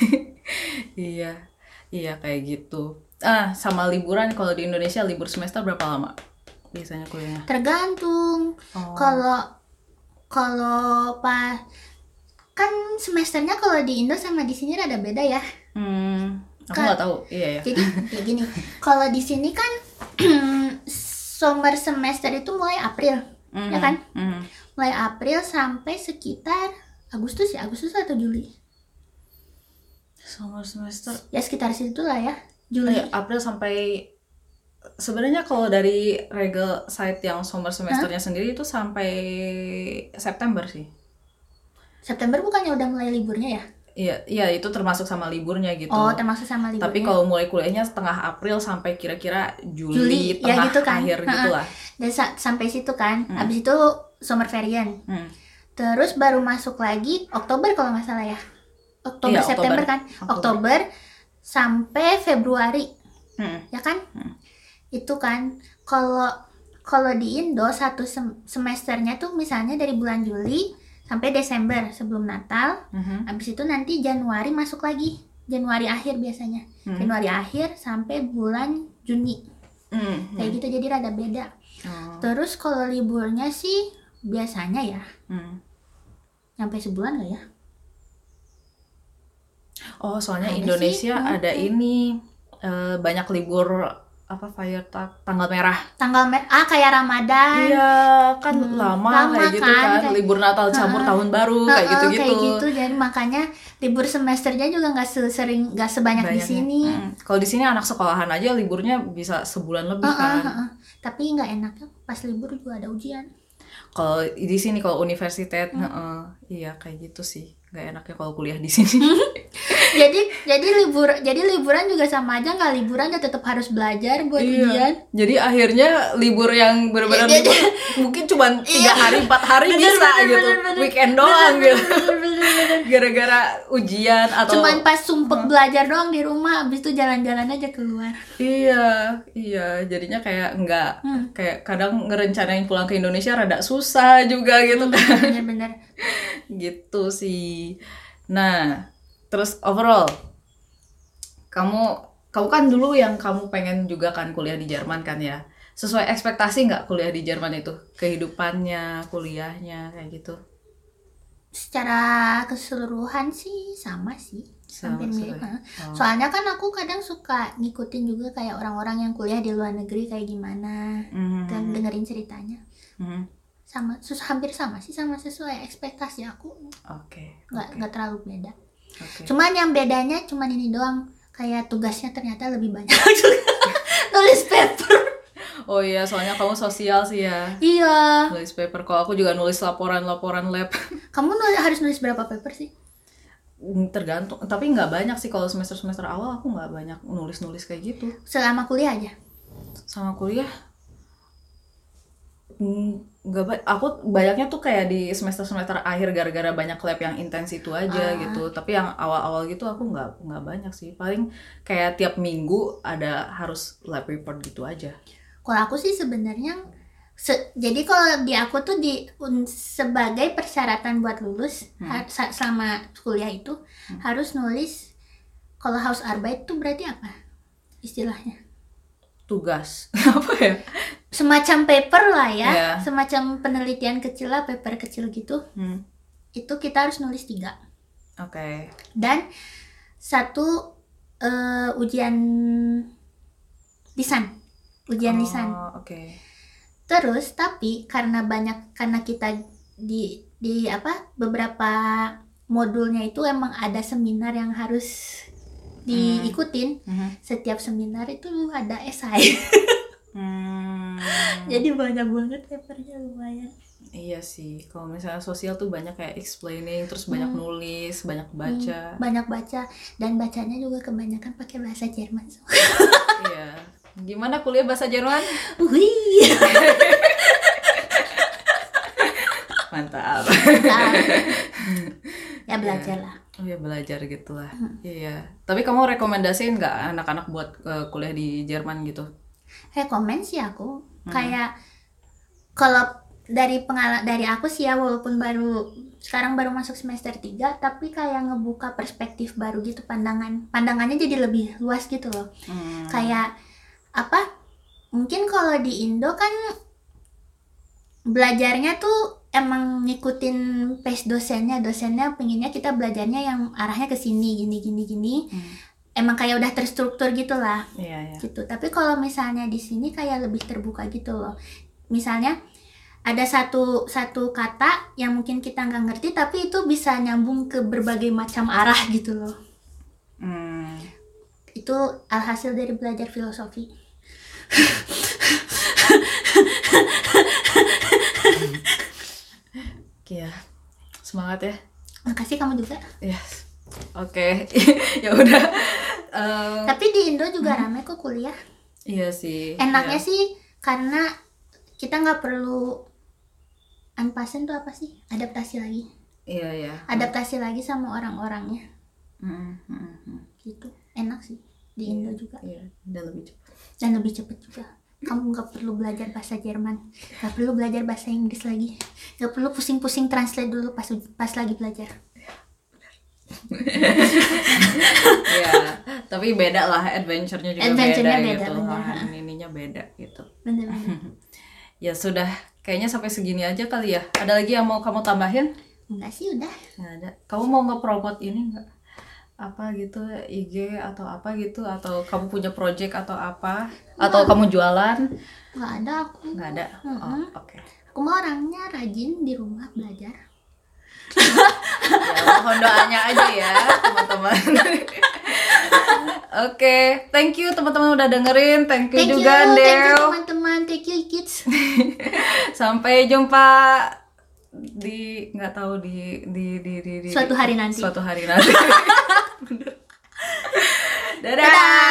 Iya, iya kayak gitu. Ah, sama liburan, kalau di Indonesia libur semester berapa lama biasanya kuliahnya? Tergantung. Oh. Kalau kalau pas kan semesternya kalau di Indo sama di sini rada beda ya. Hmm, aku Ka- nggak tahu. Iya ya. Jadi kayak gini. Kalau di sini kan summer semester itu mulai April, ya kan? Mhm. Mulai April sampai sekitar Agustus ya, Agustus atau Juli? Summer semester. Ya sekitar situ lah ya, Juli. Eh, April sampai sebenarnya kalau dari Regal site yang summer semesternya sendiri itu sampai September sih. September bukannya udah mulai liburnya ya? Iya, iya itu termasuk sama liburnya gitu. Oh, termasuk sama liburnya. Tapi kalau mulai kuliahnya setengah April sampai kira-kira Juli, Juli, ya tengah gitu kan. akhir Ha-ha. gitu lah. Dan sa- sampai situ kan. Hmm. Habis itu summer variant. Hmm. Terus baru masuk lagi Oktober kalau nggak salah ya. Oktober, Iya, September Oktober. kan. Oktober. Oktober sampai Februari, Hmm. ya kan? Hmm. Itu kan kalau kalau di Indo satu sem- semesternya tuh misalnya dari bulan Juli sampai Desember sebelum Natal. Mhm. Habis itu nanti Januari masuk lagi. Januari akhir biasanya. Hmm. Januari akhir sampai bulan Juni. Hmm. Kayak gitu jadi rada beda. Oh. Terus kalau liburnya sih biasanya ya Hmm. sampai sebulan nggak ya? Oh, soalnya Ada Indonesia sih, ada hmm. ini eh, banyak libur apa fire ta- tanggal merah. Tanggal mer- ah kayak Ramadan. Iya, kan Hmm, lama, lama kayak gitu kan, kan, kayak- libur Natal campur Ha-ha. tahun baru kayak Heeh, gitu-gitu. kayak gitu. Jadi makanya libur semesternya juga nggak sering nggak sebanyak di Banyaknya. sini. Mm. Kalau di sini anak sekolahan aja liburnya bisa sebulan lebih Heeh, kan. heeh. Tapi nggak enaknya pas libur juga ada ujian. Kalau di sini kalau universitas, Hmm. heeh, iya kayak gitu sih. Gak enaknya kalau kuliah di sini. jadi jadi libur jadi liburan juga sama aja, nggak liburan ya tetap harus belajar buat ujian. Iya. Jadi akhirnya libur yang benar-benar Iya, libur mungkin cuma tiga hari, empat hari Bener, bisa bener, gitu, bener, bener. weekend doang gitu. Bener, bener, bener. Gara-gara ujian atau Cuman pas sumpek belajar doang di rumah, habis itu jalan-jalan aja keluar. iya, iya. Jadinya kayak enggak, Hmm. kayak kadang ngerencanain pulang ke Indonesia rada susah juga gitu kan. Bener-bener. Gitu sih. Nah, terus overall kamu kamu kan dulu yang kamu pengen juga kan kuliah di Jerman kan ya. Sesuai ekspektasi nggak kuliah di Jerman itu? Kehidupannya, kuliahnya kayak gitu. Secara keseluruhan sih sama sih. Sama Hampir mirip. sesuai. ha. Oh. Soalnya kan aku kadang suka ngikutin juga kayak orang-orang yang kuliah di luar negeri kayak gimana, Mhm. dan dengerin ceritanya. Mhm. Sama sus hampir sama sih, sama sesuai ekspektasi aku. Oke. Nggak oke, nggak terlalu beda. oke. Cuman yang bedanya cuman ini doang, kayak tugasnya ternyata lebih banyak. Nulis paper. Oh iya, soalnya kamu sosial sih ya. Iya. Nulis paper. Kalau aku juga nulis laporan-laporan lab. Kamu nulis, harus nulis berapa paper sih? Tergantung, tapi nggak banyak sih kalau semester-semester awal aku nggak banyak nulis-nulis kayak gitu. Selama kuliah aja. Sama kuliah mm, nggak ba- aku banyaknya tuh kayak di semester-semester akhir gara-gara banyak lab yang intens itu aja Ah. gitu. Tapi yang awal-awal gitu aku nggak nggak banyak sih. Paling kayak tiap minggu ada harus lab report gitu aja. Kalau aku sih sebenarnya se- jadi kalau di aku tuh di un- sebagai persyaratan buat lulus Hmm. har- sa- selama kuliah itu harus nulis. Kalau Hausarbeit tuh berarti apa istilahnya? Tugas apa ya? Semacam paper lah ya, Iya. semacam penelitian kecil lah, paper kecil gitu. Hmm. Itu kita harus nulis tiga Oke. dan satu eh, ujian lisan, ujian lisan. Oh, oke. Terus tapi karena banyak karena kita di di apa beberapa modulnya itu emang ada seminar yang harus diikutin. Mhm. Setiap seminar itu ada esai. Hmm. Jadi banyak banget papernya, lumayan. Iya sih, kalau misalnya sosial tuh banyak kayak explaining, terus banyak Hmm. nulis, banyak baca. Hmm, banyak baca dan bacanya juga kebanyakan pakai bahasa Jerman. Iya. Gimana kuliah bahasa Jerman? Wih. Mantap. Ya belajar lah. Oh ya belajar gitulah. Iya. Tapi kamu rekomendasiin nggak anak-anak buat eh, kuliah di Jerman gitu? Rekomen sih aku. Kayak kalau dari pengalaman dari aku sih ya, walaupun baru sekarang baru masuk semester tiga, tapi kayak ngebuka perspektif baru gitu, pandangan pandangannya jadi lebih luas gitu loh. Hmm. Kayak apa? Mungkin kalau di Indo kan belajarnya tuh emang ngikutin pace dosennya, dosennya pengennya kita belajarnya yang arahnya ke sini, gini gini gini. Hmm. Emang kayak udah terstruktur gitu lah. Iya ya. Gitu. Tapi kalau misalnya di sini kayak lebih terbuka gitu loh. Misalnya ada satu satu kata yang mungkin kita nggak ngerti, tapi itu bisa nyambung ke berbagai macam arah gitu loh. Hmm. Itu alhasil dari belajar filosofi. Iya. Semangat ya. Makasih, kamu juga. Iya. Oke, ya udah. Eh, Tapi di Indo juga rame kok kuliah. iya sih. Enaknya iya. sih karena kita nggak perlu unpassing tuh apa sih? Adaptasi lagi. Iya ya. Adaptasi lagi sama orang-orangnya. Mm, mm, mm. Gitu. Enak sih di Indo juga. Iya, dan lebih cepat. Dan lebih cepet juga. Kamu nggak perlu belajar bahasa Jerman, nggak perlu belajar bahasa Inggris lagi, nggak perlu pusing-pusing translate dulu pas pas lagi belajar. Iya, tapi beda lah, adventure-nya juga Adventure-nya beda, beda, gitu. bener. Lahan ininya beda gitu. Bener-bener. Ya sudah, kayaknya sampai segini aja kali ya. Ada lagi yang mau kamu tambahin? Enggak sih, udah. Nggak ada. Kamu mau nge-promote ini nggak? Apa gitu, I G atau apa gitu, atau kamu punya project atau apa, atau kamu jualan? Nggak ada aku. Nggak ada. Oh, Mm-mm. oke. Aku mah orangnya rajin di rumah belajar. Ya, mohon doanya aja ya, teman-teman. Oke, thank you teman-teman udah dengerin. Thank you Thank you, juga thank you Andel. teman-teman, thank you kids. Sampai jumpa di nggak tahu di di di di, di Suatu hari nanti. Suatu hari nanti. Dadah. Dadah.